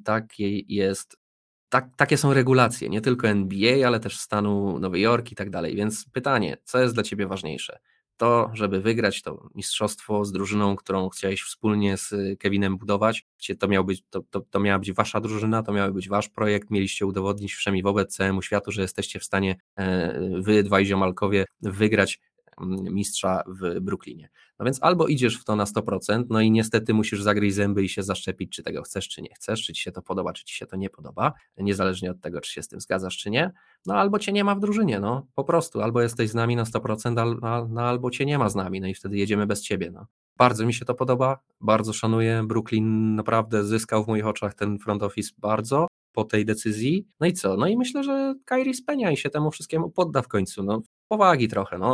takie są regulacje, nie tylko NBA, ale też stanu Nowy Jork i tak dalej. Więc pytanie, co jest dla ciebie ważniejsze? To, żeby wygrać to mistrzostwo z drużyną, którą chciałeś wspólnie z Kevinem budować, to miała być wasza drużyna, to miał być wasz projekt, mieliście udowodnić wszemi wobec całemu światu, że jesteście w stanie wy, dwaj ziomalkowie, wygrać mistrza w Brooklynie. No więc albo idziesz w to na 100%, no i niestety musisz zagryźć zęby i się zaszczepić, czy tego chcesz, czy nie chcesz, czy ci się to podoba, czy ci się to nie podoba, niezależnie od tego, czy się z tym zgadzasz, czy nie, no albo cię nie ma w drużynie, no po prostu, albo jesteś z nami na 100%, albo cię nie ma z nami, no i wtedy jedziemy bez ciebie, no. Bardzo mi się to podoba, bardzo szanuję, Brooklyn naprawdę zyskał w moich oczach ten front office bardzo po tej decyzji, no i co, no i myślę, że Kyrie spełnia i się temu wszystkiemu podda w końcu, no powagi trochę, no.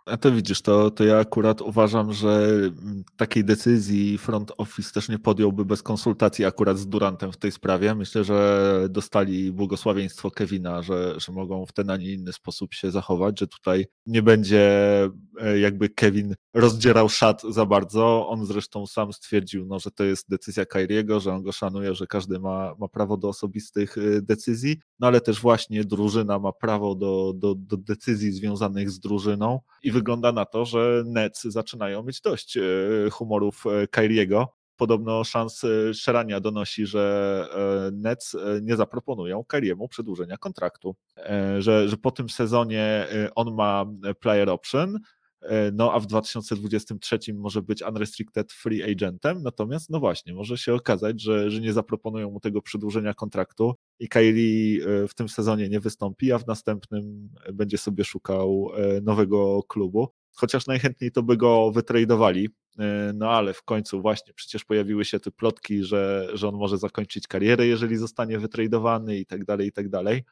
A to widzisz, to ja akurat uważam, że takiej decyzji front office też nie podjąłby bez konsultacji akurat z Durantem w tej sprawie. Myślę, że dostali błogosławieństwo Kevina, że mogą w ten, a nie inny sposób się zachować, że tutaj nie będzie jakby Kevin rozdzierał szat za bardzo. On zresztą sam stwierdził, no, że to jest decyzja Kyriego, że on go szanuje, że każdy ma prawo do osobistych decyzji, no ale też właśnie drużyna ma prawo do decyzji związanych z drużyną i wygląda na to, że Nets zaczynają mieć dość humorów Kyriego. Podobno szans Szerania donosi, że Nets nie zaproponują Kyriemu przedłużenia kontraktu, że po tym sezonie on ma player option, no a w 2023 może być unrestricted free agentem, natomiast no właśnie, może się okazać, że nie zaproponują mu tego przedłużenia kontraktu i Kyrie w tym sezonie nie wystąpi, a w następnym będzie sobie szukał nowego klubu, chociaż najchętniej to by go wytradowali, no ale w końcu właśnie przecież pojawiły się te plotki, że on może zakończyć karierę, jeżeli zostanie wytradowany i tak dalej, i tak dalej.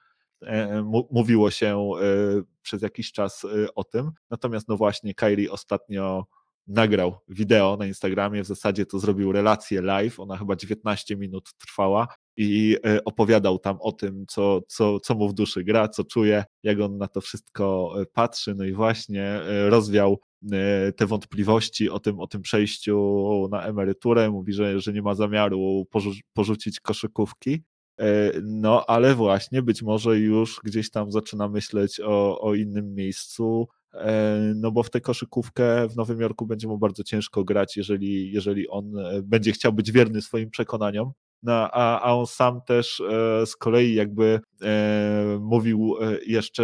Mówiło się przez jakiś czas o tym. Natomiast no właśnie Kyrie ostatnio nagrał wideo na Instagramie, w zasadzie to zrobił relację live, ona chyba 19 minut trwała i opowiadał tam o tym, co mu w duszy gra, co czuje, jak on na to wszystko patrzy, no i właśnie rozwiał te wątpliwości o tym przejściu na emeryturę, mówi, że nie ma zamiaru porzucić koszykówki. No, ale właśnie być może już gdzieś tam zaczyna myśleć o innym miejscu, no bo w tę koszykówkę w Nowym Jorku będzie mu bardzo ciężko grać, jeżeli on będzie chciał być wierny swoim przekonaniom. No, a on sam też z kolei jakby mówił jeszcze,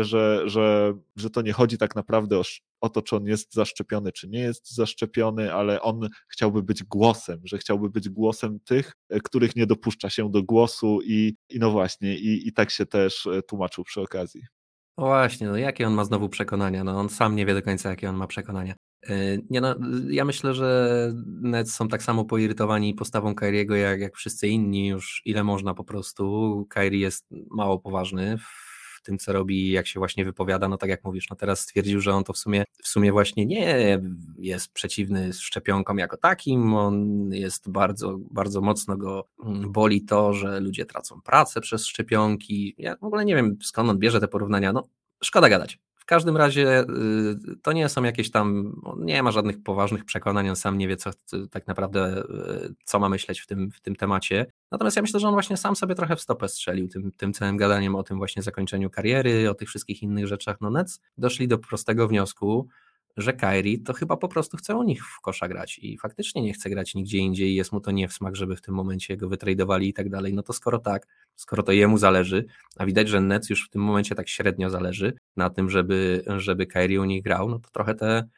że to nie chodzi tak naprawdę o to, czy on jest zaszczepiony, czy nie jest zaszczepiony, ale on chciałby być głosem, że chciałby być głosem tych, których nie dopuszcza się do głosu i no właśnie, i tak się też tłumaczył przy okazji. No właśnie, no jakie on ma znowu przekonania? No on sam nie wie do końca, jakie on ma przekonania. Nie no, ja myślę, że Nets są tak samo poirytowani postawą Kyriego, jak wszyscy inni, już ile można po prostu. Kyrie jest mało poważny w tym, co robi, jak się właśnie wypowiada, no tak jak mówisz, no teraz stwierdził, że on to w sumie właśnie nie jest przeciwny szczepionkom jako takim, on jest bardzo mocno go boli to, że ludzie tracą pracę przez szczepionki. Ja w ogóle nie wiem, skąd on bierze te porównania, no szkoda gadać. W każdym razie to nie są jakieś tam, nie ma żadnych poważnych przekonań, on sam nie wie tak naprawdę, co ma myśleć w tym temacie. Natomiast ja myślę, że on właśnie sam sobie trochę w stopę strzelił tym całym gadaniem o tym właśnie zakończeniu kariery, o tych wszystkich innych rzeczach. No Nets doszli do prostego wniosku, że Kyrie to chyba po prostu chce u nich w kosza grać i faktycznie nie chce grać nigdzie indziej, jest mu to nie w smak, żeby w tym momencie go wytradowali i tak dalej, no to skoro tak, skoro to jemu zależy, a widać, że Nets już w tym momencie tak średnio zależy na tym, żeby Kyrie u nich grał, no to trochę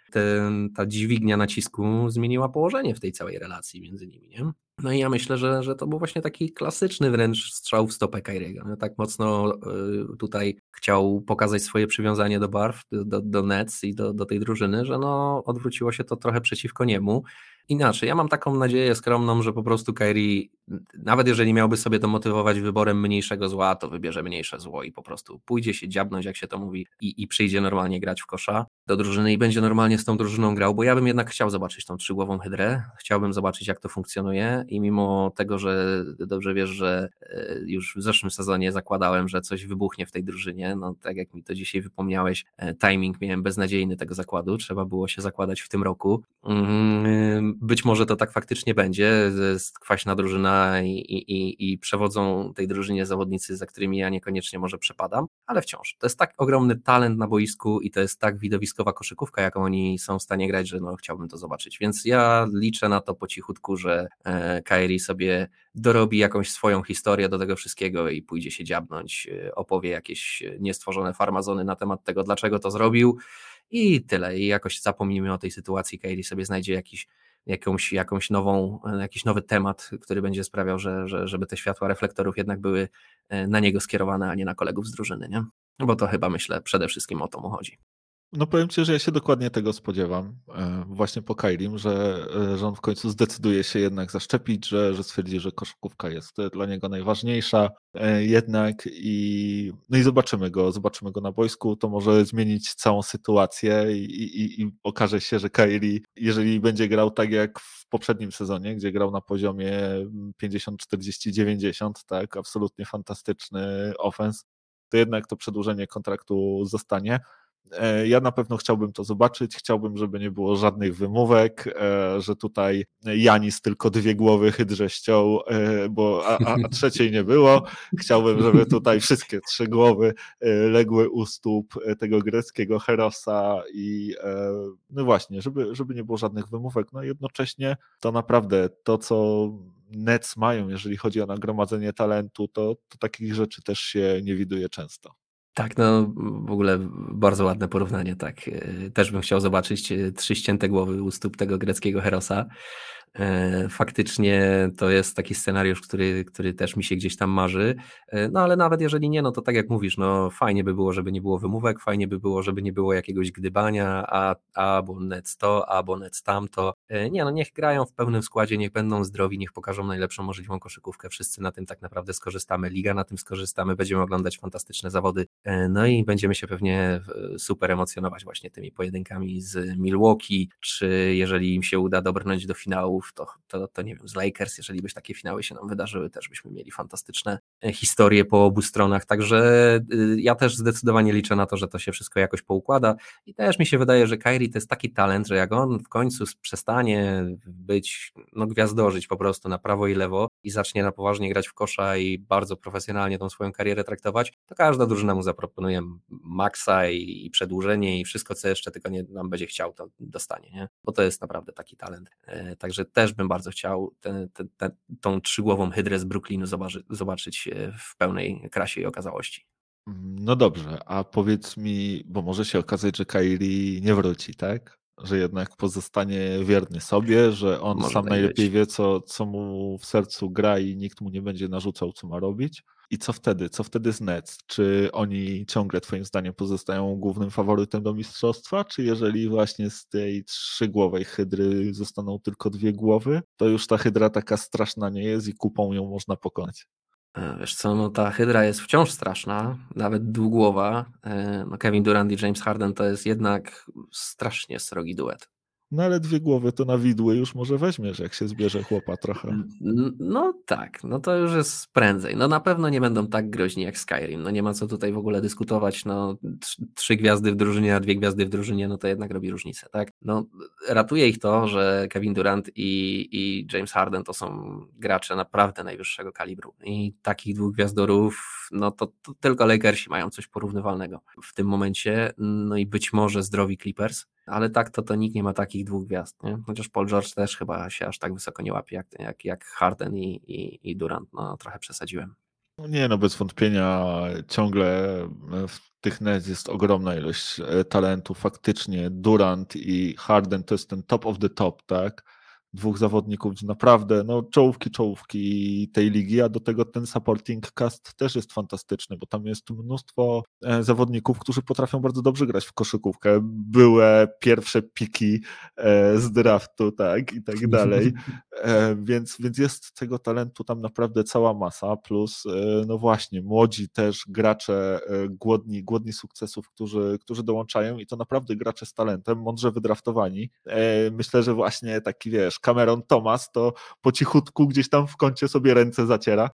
ta dźwignia nacisku zmieniła położenie w tej całej relacji między nimi, nie? No i ja myślę, że to był właśnie taki klasyczny wręcz strzał w stopę Kyriego. No, tak mocno tutaj chciał pokazać swoje przywiązanie do barw, do Nets i do tej drużyny, że no odwróciło się to trochę przeciwko niemu. Inaczej, ja mam taką nadzieję skromną, że po prostu Kyrie, nawet jeżeli miałby sobie to motywować wyborem mniejszego zła, to wybierze mniejsze zło i po prostu pójdzie się dziabnąć, jak się to mówi, i przyjdzie normalnie grać w kosza do drużyny i będzie normalnie z tą drużyną grał, bo ja bym jednak chciał zobaczyć tą trzygłową hydrę, chciałbym zobaczyć, jak to funkcjonuje i mimo tego, że dobrze wiesz, że już w zeszłym sezonie zakładałem, że coś wybuchnie w tej drużynie, no tak jak mi to dzisiaj wypomniałeś, timing miałem beznadziejny tego zakładu, trzeba było się zakładać w tym roku. Być może to tak faktycznie będzie, jest kwaśna drużyna i przewodzą tej drużynie zawodnicy, za którymi ja niekoniecznie może przepadam, ale wciąż, to jest tak ogromny talent na boisku i to jest tak widowiskowa koszykówka, jaką oni są w stanie grać, że no chciałbym to zobaczyć, więc ja liczę na to po cichutku, że Kyrie sobie dorobi jakąś swoją historię do tego wszystkiego i pójdzie się dziabnąć, opowie jakieś niestworzone farmazony na temat tego, dlaczego to zrobił i tyle. I jakoś zapomnijmy o tej sytuacji, Kyrie sobie znajdzie jakiś nowy temat, który będzie sprawiał, żeby te światła reflektorów jednak były na niego skierowane, a nie na kolegów z drużyny, nie? Bo to chyba, myślę, przede wszystkim o to mu chodzi. No powiem ci, że ja się dokładnie tego spodziewam, właśnie po Kairim, że on w końcu zdecyduje się jednak zaszczepić, że stwierdzi, że koszykówka jest dla niego najważniejsza jednak no i zobaczymy go na boisku, to może zmienić całą sytuację i okaże się, że Kairi, jeżeli będzie grał tak jak w poprzednim sezonie, gdzie grał na poziomie 50, 40, 90, tak, absolutnie fantastyczny ofens, to jednak to przedłużenie kontraktu zostanie. Ja na pewno chciałbym to zobaczyć, chciałbym, żeby nie było żadnych wymówek, że tutaj Janis tylko 2 głowy Hydrze ściął, a trzeciej nie było. Chciałbym, żeby tutaj wszystkie 3 głowy legły u stóp tego greckiego herosa i no właśnie, żeby nie było żadnych wymówek. No i jednocześnie to naprawdę to, co Nets mają, jeżeli chodzi o nagromadzenie talentu, to takich rzeczy też się nie widuje często. Tak, no w ogóle bardzo ładne porównanie, tak. Też bym chciał zobaczyć 3 ścięte głowy u stóp tego greckiego herosa. Faktycznie to jest taki scenariusz, który też mi się gdzieś tam marzy. No ale nawet jeżeli nie, no to tak jak mówisz, no fajnie by było, żeby nie było wymówek, fajnie by było, żeby nie było jakiegoś gdybania, bo Nets to, bo Nets tamto. Nie, no niech grają w pełnym składzie, niech będą zdrowi, niech pokażą najlepszą możliwą koszykówkę. Wszyscy na tym tak naprawdę skorzystamy, liga na tym skorzystamy, będziemy oglądać fantastyczne zawody. No i będziemy się pewnie super emocjonować właśnie tymi pojedynkami z Milwaukee, czy jeżeli im się uda dobrnąć do finałów, to nie wiem, z Lakers, jeżeli byś takie finały się nam wydarzyły, też byśmy mieli fantastyczne historie po obu stronach, także ja też zdecydowanie liczę na to, że to się wszystko jakoś poukłada i też mi się wydaje, że Kyrie to jest taki talent, że jak on w końcu przestanie być, no gwiazdorzyć po prostu na prawo i lewo i zacznie na poważnie grać w kosza i bardzo profesjonalnie tą swoją karierę traktować, to każda drużyna mu zaproponuje maksa i przedłużenie i wszystko, co jeszcze tylko nie nam będzie chciał, to dostanie, nie? Bo to jest naprawdę taki talent. Także też bym bardzo chciał tą trzygłową hydrę z Brooklynu zobaczyć w pełnej krasie i okazałości. No dobrze, a powiedz mi, bo może się okazać, że Kairi nie wróci, tak? Że jednak pozostanie wierny sobie, że on Może sam tak najlepiej być. wie, co mu w sercu gra i nikt mu nie będzie narzucał, co ma robić. I co wtedy? Co wtedy z Nets? Czy oni ciągle, twoim zdaniem, pozostają głównym faworytem do mistrzostwa? Czy jeżeli właśnie z tej trzygłowej hydry zostaną tylko 2 głowy, to już ta hydra taka straszna nie jest i kupą ją można pokonać? Wiesz co, no ta hydra jest wciąż straszna, nawet dwugłowa. No Kevin Durant i James Harden to jest jednak strasznie srogi duet. No ale 2 głowy to na widły już może weźmiesz, jak się zbierze chłopa trochę. No tak, no to już jest prędzej. No na pewno nie będą tak groźni jak Skyrim. No nie ma co tutaj w ogóle dyskutować. No 3 gwiazdy w drużynie, a 2 gwiazdy w drużynie, no to jednak robi różnicę, tak? No ratuje ich to, że Kevin Durant i James Harden to są gracze naprawdę najwyższego kalibru. I takich 2 gwiazdorów, no to tylko Lakersi mają coś porównywalnego w tym momencie. No i być może zdrowi Clippers. Ale tak to nikt nie ma takich 2 gwiazd, nie? Chociaż Paul George też chyba się aż tak wysoko nie łapie jak Harden i Durant, no trochę przesadziłem. No nie, no bez wątpienia ciągle w tych Nets jest ogromna ilość talentu. Faktycznie Durant i Harden to jest ten top of the top, tak? 2 zawodników, naprawdę, no czołówki tej ligi, a do tego ten supporting cast też jest fantastyczny, bo tam jest mnóstwo zawodników, którzy potrafią bardzo dobrze grać w koszykówkę. Były pierwsze piki z draftu, tak, i tak dalej. Więc jest tego talentu tam naprawdę cała masa, plus no właśnie, młodzi też gracze głodni sukcesów, którzy dołączają i to naprawdę gracze z talentem, mądrze wydraftowani. Myślę, że właśnie taki, wiesz, Cameron Thomas to po cichutku gdzieś tam w kącie sobie ręce zaciera.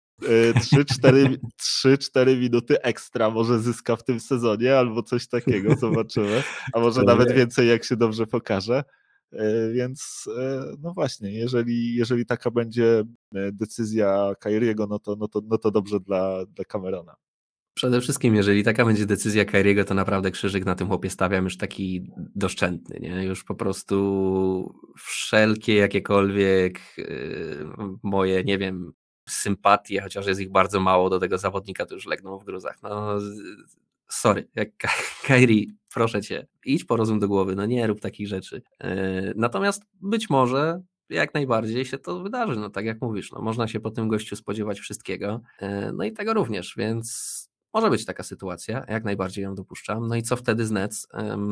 3-4 minuty ekstra może zyska w tym sezonie, albo coś takiego, zobaczymy. A może Kto nawet wie? więcej, jak się dobrze pokaże. Więc no właśnie, jeżeli taka będzie decyzja Kyriego, no to dobrze dla Camerona. Przede wszystkim, jeżeli taka będzie decyzja Kyriego, to naprawdę krzyżyk na tym chłopie stawiam już taki doszczętny, nie? Już po prostu wszelkie jakiekolwiek moje, nie wiem, sympatie, chociaż jest ich bardzo mało do tego zawodnika, to już legną w gruzach. No, sorry, jak Kyrie, proszę cię, idź po rozum do głowy, no nie rób takich rzeczy. Natomiast być może jak najbardziej się to wydarzy, no tak jak mówisz, no można się po tym gościu spodziewać wszystkiego, no i tego również, więc Może być taka sytuacja, jak najbardziej ją dopuszczam. No i co wtedy z Nets?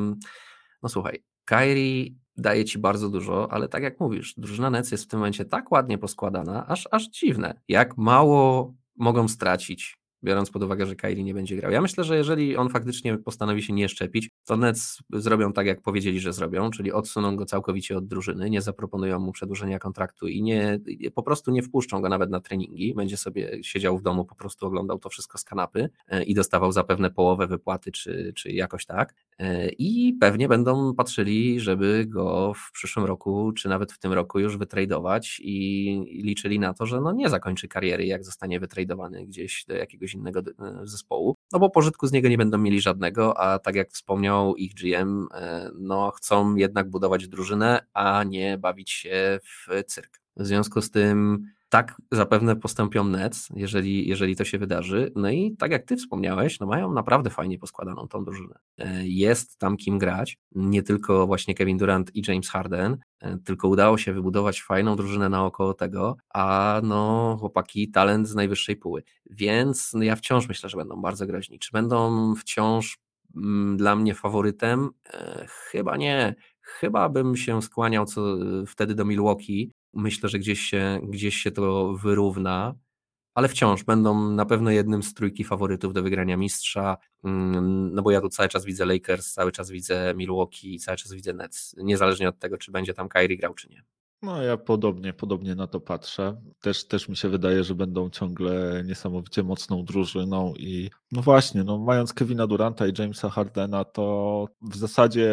No słuchaj, Kyrie daje ci bardzo dużo, ale tak jak mówisz, drużyna Nets jest w tym momencie tak ładnie poskładana, aż dziwne, jak mało mogą stracić, biorąc pod uwagę, że Kyrie nie będzie grał. Ja myślę, że jeżeli on faktycznie postanowi się nie szczepić, to Nets zrobią tak, jak powiedzieli, że zrobią, czyli odsuną go całkowicie od drużyny, nie zaproponują mu przedłużenia kontraktu i po prostu nie wpuszczą go nawet na treningi, będzie sobie siedział w domu, po prostu oglądał to wszystko z kanapy i dostawał zapewne połowę wypłaty, czy jakoś tak. I pewnie będą patrzyli, żeby go w przyszłym roku, czy nawet w tym roku już wytradować i liczyli na to, że no nie zakończy kariery, jak zostanie wytradowany gdzieś do jakiegoś innego zespołu, no bo pożytku z niego nie będą mieli żadnego, a tak jak wspomniał ich GM, no chcą jednak budować drużynę, a nie bawić się w cyrk. W związku z tym tak zapewne postąpią Nets, jeżeli to się wydarzy. No i tak jak ty wspomniałeś, no mają naprawdę fajnie poskładaną tą drużynę. Jest tam kim grać, nie tylko właśnie Kevin Durant i James Harden, tylko udało się wybudować fajną drużynę naokoło tego, a no chłopaki talent z najwyższej póły. Więc no ja wciąż myślę, że będą bardzo groźni. Czy będą wciąż dla mnie faworytem? Chyba nie. Chyba bym się skłaniał wtedy do Milwaukee. Myślę, że gdzieś się to wyrówna, ale wciąż będą na pewno jednym z trójki faworytów do wygrania mistrza, no bo ja tu cały czas widzę Lakers, cały czas widzę Milwaukee i cały czas widzę Nets, niezależnie od tego, czy będzie tam Kyrie grał, czy nie. No ja podobnie na to patrzę. Też mi się wydaje, że będą ciągle niesamowicie mocną drużyną i no właśnie, no mając Kevina Duranta i Jamesa Hardena, to w zasadzie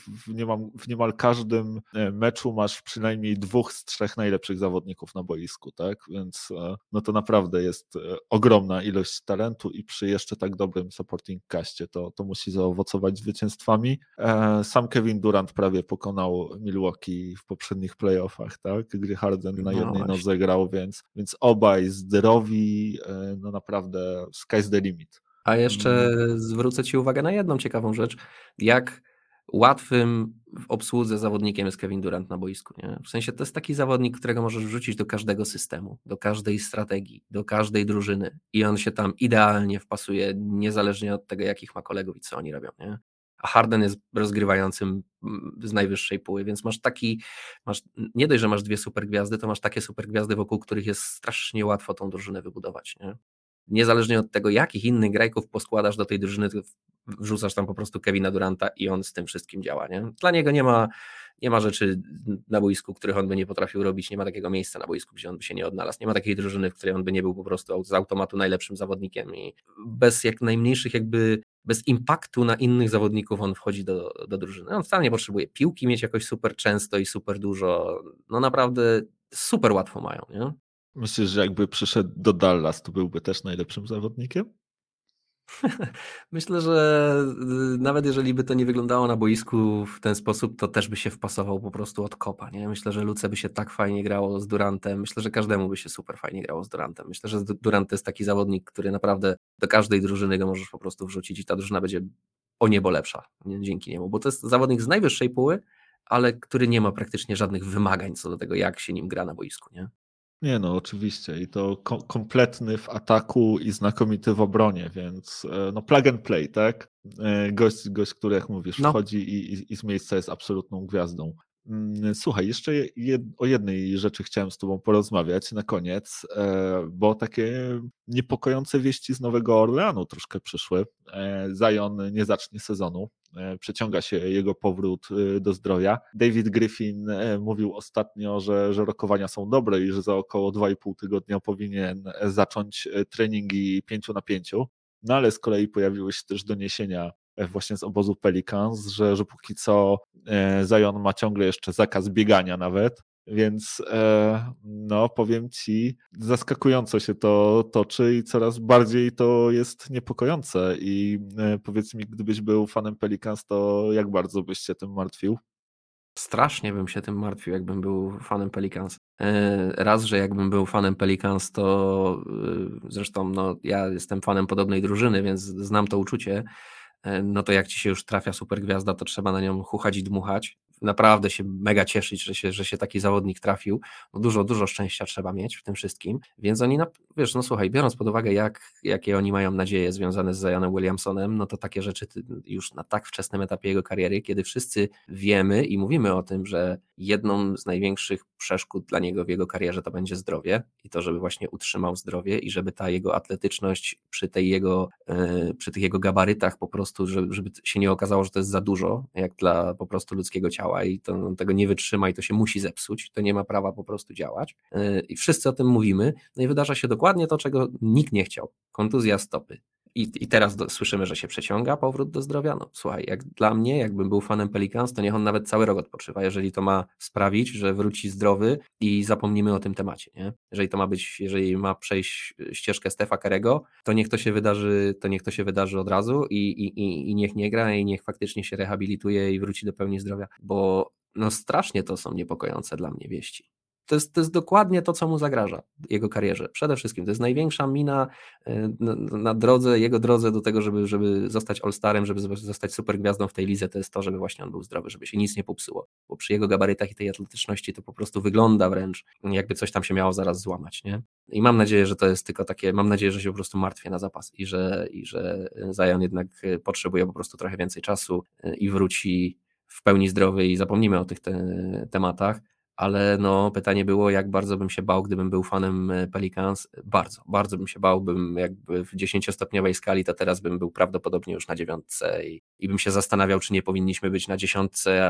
w niemal każdym meczu masz przynajmniej 2 z 3 najlepszych zawodników na boisku, tak? Więc no to naprawdę jest ogromna ilość talentu i przy jeszcze tak dobrym supporting castie to musi zaowocować zwycięstwami. Sam Kevin Durant prawie pokonał Milwaukee w poprzednich playoffach, tak? Gdy Harden na No jednej właśnie. nodze grał, więc obaj zdrowi, no naprawdę sky's the limit. A jeszcze zwrócę ci uwagę na jedną ciekawą rzecz, jak łatwym w obsłudze zawodnikiem jest Kevin Durant na boisku. Nie? W sensie to jest taki zawodnik, którego możesz wrzucić do każdego systemu, do każdej strategii, do każdej drużyny i on się tam idealnie wpasuje, niezależnie od tego, jakich ma kolegów i co oni robią. Nie? A Harden jest rozgrywającym z najwyższej póły, więc nie dość, że masz 2 super gwiazdy, to masz takie super gwiazdy, wokół których jest strasznie łatwo tą drużynę wybudować. Nie? Niezależnie od tego, jakich innych grajków poskładasz do tej drużyny, to wrzucasz tam po prostu Kevina Duranta i on z tym wszystkim działa. Nie? Dla niego nie ma rzeczy na boisku, których on by nie potrafił robić, nie ma takiego miejsca na boisku, gdzie on by się nie odnalazł, nie ma takiej drużyny, w której on by nie był po prostu z automatu najlepszym zawodnikiem i bez jak najmniejszych bez impaktu na innych zawodników on wchodzi do drużyny. On wcale nie potrzebuje piłki mieć jakoś super często i super dużo, no naprawdę super łatwo mają, nie? Myślisz, że jakby przyszedł do Dallas, to byłby też najlepszym zawodnikiem? Myślę, że nawet jeżeli by to nie wyglądało na boisku w ten sposób, to też by się wpasował po prostu od kopa. Nie? Myślę, że Luce by się tak fajnie grało z Durantem. Myślę, że każdemu by się super fajnie grało z Durantem. Myślę, że Durant to jest taki zawodnik, który naprawdę do każdej drużyny go możesz po prostu wrzucić i ta drużyna będzie o niebo lepsza dzięki niemu, bo to jest zawodnik z najwyższej póły, ale który nie ma praktycznie żadnych wymagań co do tego, jak się nim gra na boisku. Nie? Nie no, oczywiście i to kompletny w ataku i znakomity w obronie, więc no plug and play, tak? Gość, który jak mówisz, No. wchodzi i z miejsca jest absolutną gwiazdą. Słuchaj, jeszcze o jednej rzeczy chciałem z tobą porozmawiać na koniec, bo takie niepokojące wieści z Nowego Orleanu troszkę przyszły. Zion nie zacznie sezonu, przeciąga się jego powrót do zdrowia. David Griffin mówił ostatnio, że rokowania są dobre i że za około 2,5 tygodnia powinien zacząć treningi 5 na 5. No ale z kolei pojawiły się też doniesienia właśnie z obozu Pelicans, że póki co Zion ma ciągle jeszcze zakaz biegania nawet, więc no powiem ci, zaskakująco się to toczy i coraz bardziej to jest niepokojące i powiedz mi, gdybyś był fanem Pelicans, to jak bardzo byś się tym martwił? Strasznie bym się tym martwił, jakbym był fanem Pelicans. Raz, że jakbym był fanem Pelicans, to zresztą no, ja jestem fanem podobnej drużyny, więc znam to uczucie. No to jak ci się już trafia super gwiazda, to trzeba na nią chuchać i dmuchać. naprawdę się mega cieszyć, że się taki zawodnik trafił, bo dużo szczęścia trzeba mieć w tym wszystkim, więc oni, wiesz, no słuchaj, biorąc pod uwagę jakie oni mają nadzieje związane z Zionem Williamsonem, no to takie rzeczy już na tak wczesnym etapie jego kariery, kiedy wszyscy wiemy i mówimy o tym, że jedną z największych przeszkód dla niego w jego karierze to będzie zdrowie i to, żeby właśnie utrzymał zdrowie i żeby ta jego atletyczność przy tych jego gabarytach po prostu, żeby się nie okazało, że to jest za dużo, jak dla po prostu ludzkiego ciała i to on tego nie wytrzyma i to się musi zepsuć, to nie ma prawa po prostu działać. I wszyscy o tym mówimy, no i wydarza się dokładnie to, czego nikt nie chciał. Kontuzja stopy. I teraz słyszymy, że się przeciąga powrót do zdrowia. No słuchaj, jak dla mnie, jakbym był fanem Pelicans, to niech on nawet cały rok odpoczywa, jeżeli to ma sprawić, że wróci zdrowy i zapomnimy o tym temacie, nie? Jeżeli ma przejść ścieżkę Stefa Curry'ego, to niech to się wydarzy od razu i niech nie gra i niech faktycznie się rehabilituje i wróci do pełni zdrowia, bo no strasznie to są niepokojące dla mnie wieści. To jest dokładnie to, co mu zagraża jego karierze. Przede wszystkim to jest największa mina na jego drodze do tego, żeby zostać All-Starem, żeby zostać supergwiazdą w tej lidze, to jest to, żeby właśnie on był zdrowy, żeby się nic nie popsuło, bo przy jego gabarytach i tej atletyczności to po prostu wygląda wręcz, jakby coś tam się miało zaraz złamać, nie? I mam nadzieję, że to jest tylko takie, mam nadzieję, że się po prostu martwię na zapas i że Zion jednak potrzebuje po prostu trochę więcej czasu i wróci w pełni zdrowy i zapomnimy o tych tematach. Ale no, pytanie było, jak bardzo bym się bał, gdybym był fanem Pelicans. Bardzo bym się bał, jakby w 10-stopniowej skali, to teraz bym był prawdopodobnie już na 9 i bym się zastanawiał, czy nie powinniśmy być na 10,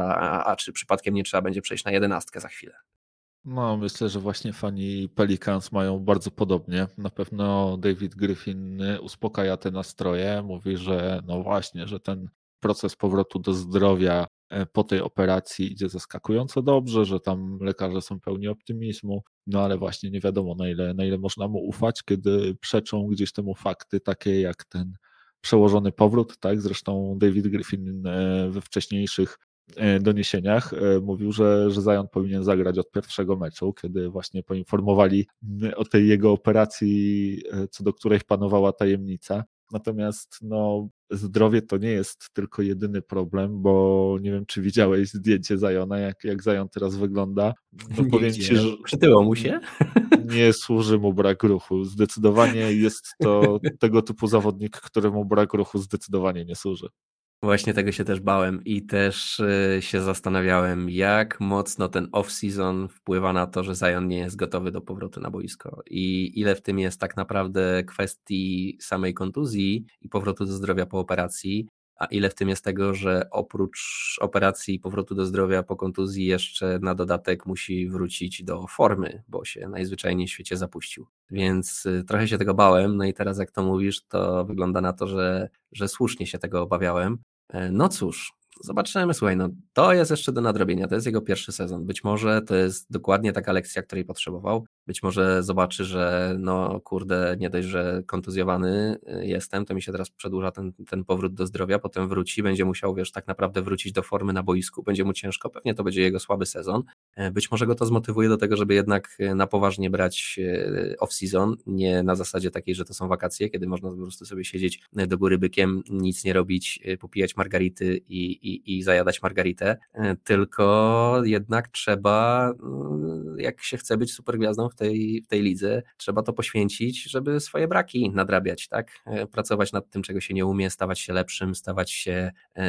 a czy przypadkiem nie trzeba będzie przejść na 11 za chwilę. No, myślę, że właśnie fani Pelicans mają bardzo podobnie. Na pewno David Griffin uspokaja te nastroje. Mówi, że no właśnie, że ten proces powrotu do zdrowia po tej operacji idzie zaskakująco dobrze, że tam lekarze są pełni optymizmu, no ale właśnie nie wiadomo na ile można mu ufać, kiedy przeczą gdzieś temu fakty takie jak ten przełożony powrót, tak? Zresztą David Griffin we wcześniejszych doniesieniach mówił, że Zion powinien zagrać od pierwszego meczu, kiedy właśnie poinformowali o tej jego operacji, co do której panowała tajemnica. Natomiast no, zdrowie to nie jest tylko jedyny problem, bo nie wiem, czy widziałeś zdjęcie Ziona, jak Zion teraz wygląda. No powiem ci, że przytyło mu się? nie służy mu brak ruchu. Zdecydowanie jest to tego typu zawodnik, któremu brak ruchu zdecydowanie nie służy. Właśnie tego się też bałem i też się zastanawiałem, jak mocno ten off-season wpływa na to, że Zion nie jest gotowy do powrotu na boisko i ile w tym jest tak naprawdę kwestii samej kontuzji i powrotu do zdrowia po operacji, a ile w tym jest tego, że oprócz operacji i powrotu do zdrowia po kontuzji jeszcze na dodatek musi wrócić do formy, bo się najzwyczajniej w świecie zapuścił. Więc trochę się tego bałem, no i teraz jak to mówisz, to wygląda na to, że słusznie się tego obawiałem. No cóż, zobaczymy, słuchaj, no to jest jeszcze do nadrobienia, to jest jego pierwszy sezon, być może to jest dokładnie taka lekcja, której potrzebował, być może zobaczy, że no kurde, nie dość, że kontuzjowany jestem, to mi się teraz przedłuża ten powrót do zdrowia, potem wróci, będzie musiał, wiesz, tak naprawdę wrócić do formy na boisku, będzie mu ciężko, pewnie to będzie jego słaby sezon, być może go to zmotywuje do tego, żeby jednak na poważnie brać off-season, nie na zasadzie takiej, że to są wakacje, kiedy można po prostu sobie siedzieć do góry bykiem, nic nie robić, popijać margarity i zajadać margaritę, tylko jednak trzeba, jak się chce być supergwiazdą w tej lidze, trzeba to poświęcić, żeby swoje braki nadrabiać, tak? Pracować nad tym, czego się nie umie, stawać się lepszym, stawać się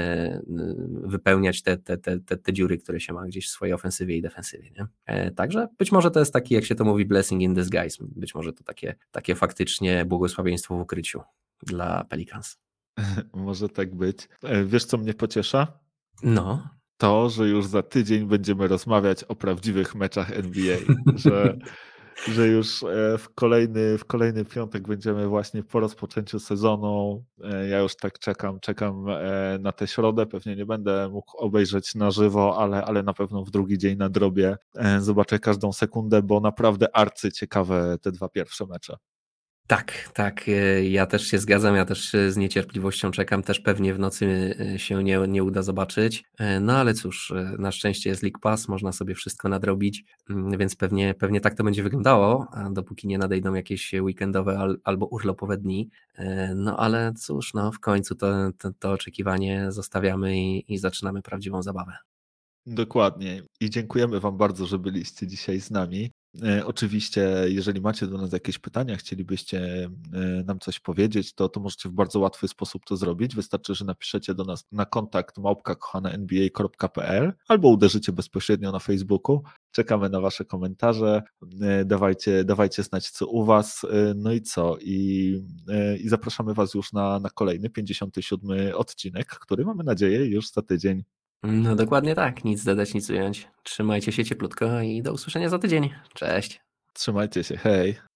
wypełniać te dziury, które się ma gdzieś w swojej ofensywie i defensywie, nie? Także być może to jest taki, jak się to mówi, blessing in disguise, być może to takie faktycznie błogosławieństwo w ukryciu dla Pelicans. Może tak być. Wiesz, co mnie pociesza? No. To, że już za tydzień będziemy rozmawiać o prawdziwych meczach NBA, że już w kolejny piątek będziemy właśnie po rozpoczęciu sezonu. Ja już tak czekam na tę środę. Pewnie nie będę mógł obejrzeć na żywo, ale na pewno w drugi dzień nadrobię. Zobaczę każdą sekundę, bo naprawdę arcyciekawe te dwa pierwsze mecze. Tak, ja też się zgadzam, ja też z niecierpliwością czekam, też pewnie w nocy się nie uda zobaczyć, no ale cóż, na szczęście jest League Pass, można sobie wszystko nadrobić, więc pewnie tak to będzie wyglądało, dopóki nie nadejdą jakieś weekendowe albo urlopowe dni, no ale cóż, no w końcu to oczekiwanie zostawiamy i zaczynamy prawdziwą zabawę. Dokładnie. I dziękujemy Wam bardzo, że byliście dzisiaj z nami. Oczywiście, jeżeli macie do nas jakieś pytania, chcielibyście nam coś powiedzieć, to możecie w bardzo łatwy sposób to zrobić. Wystarczy, że napiszecie do nas na kontakt @kochanenba.pl albo uderzycie bezpośrednio na Facebooku. Czekamy na Wasze komentarze. Dawajcie znać, co u Was. No i co? I zapraszamy Was już na kolejny 57 odcinek, który mamy nadzieję już za tydzień. No dokładnie tak, nic dodać, nic ująć. Trzymajcie się cieplutko i do usłyszenia za tydzień. Cześć. Trzymajcie się, hej.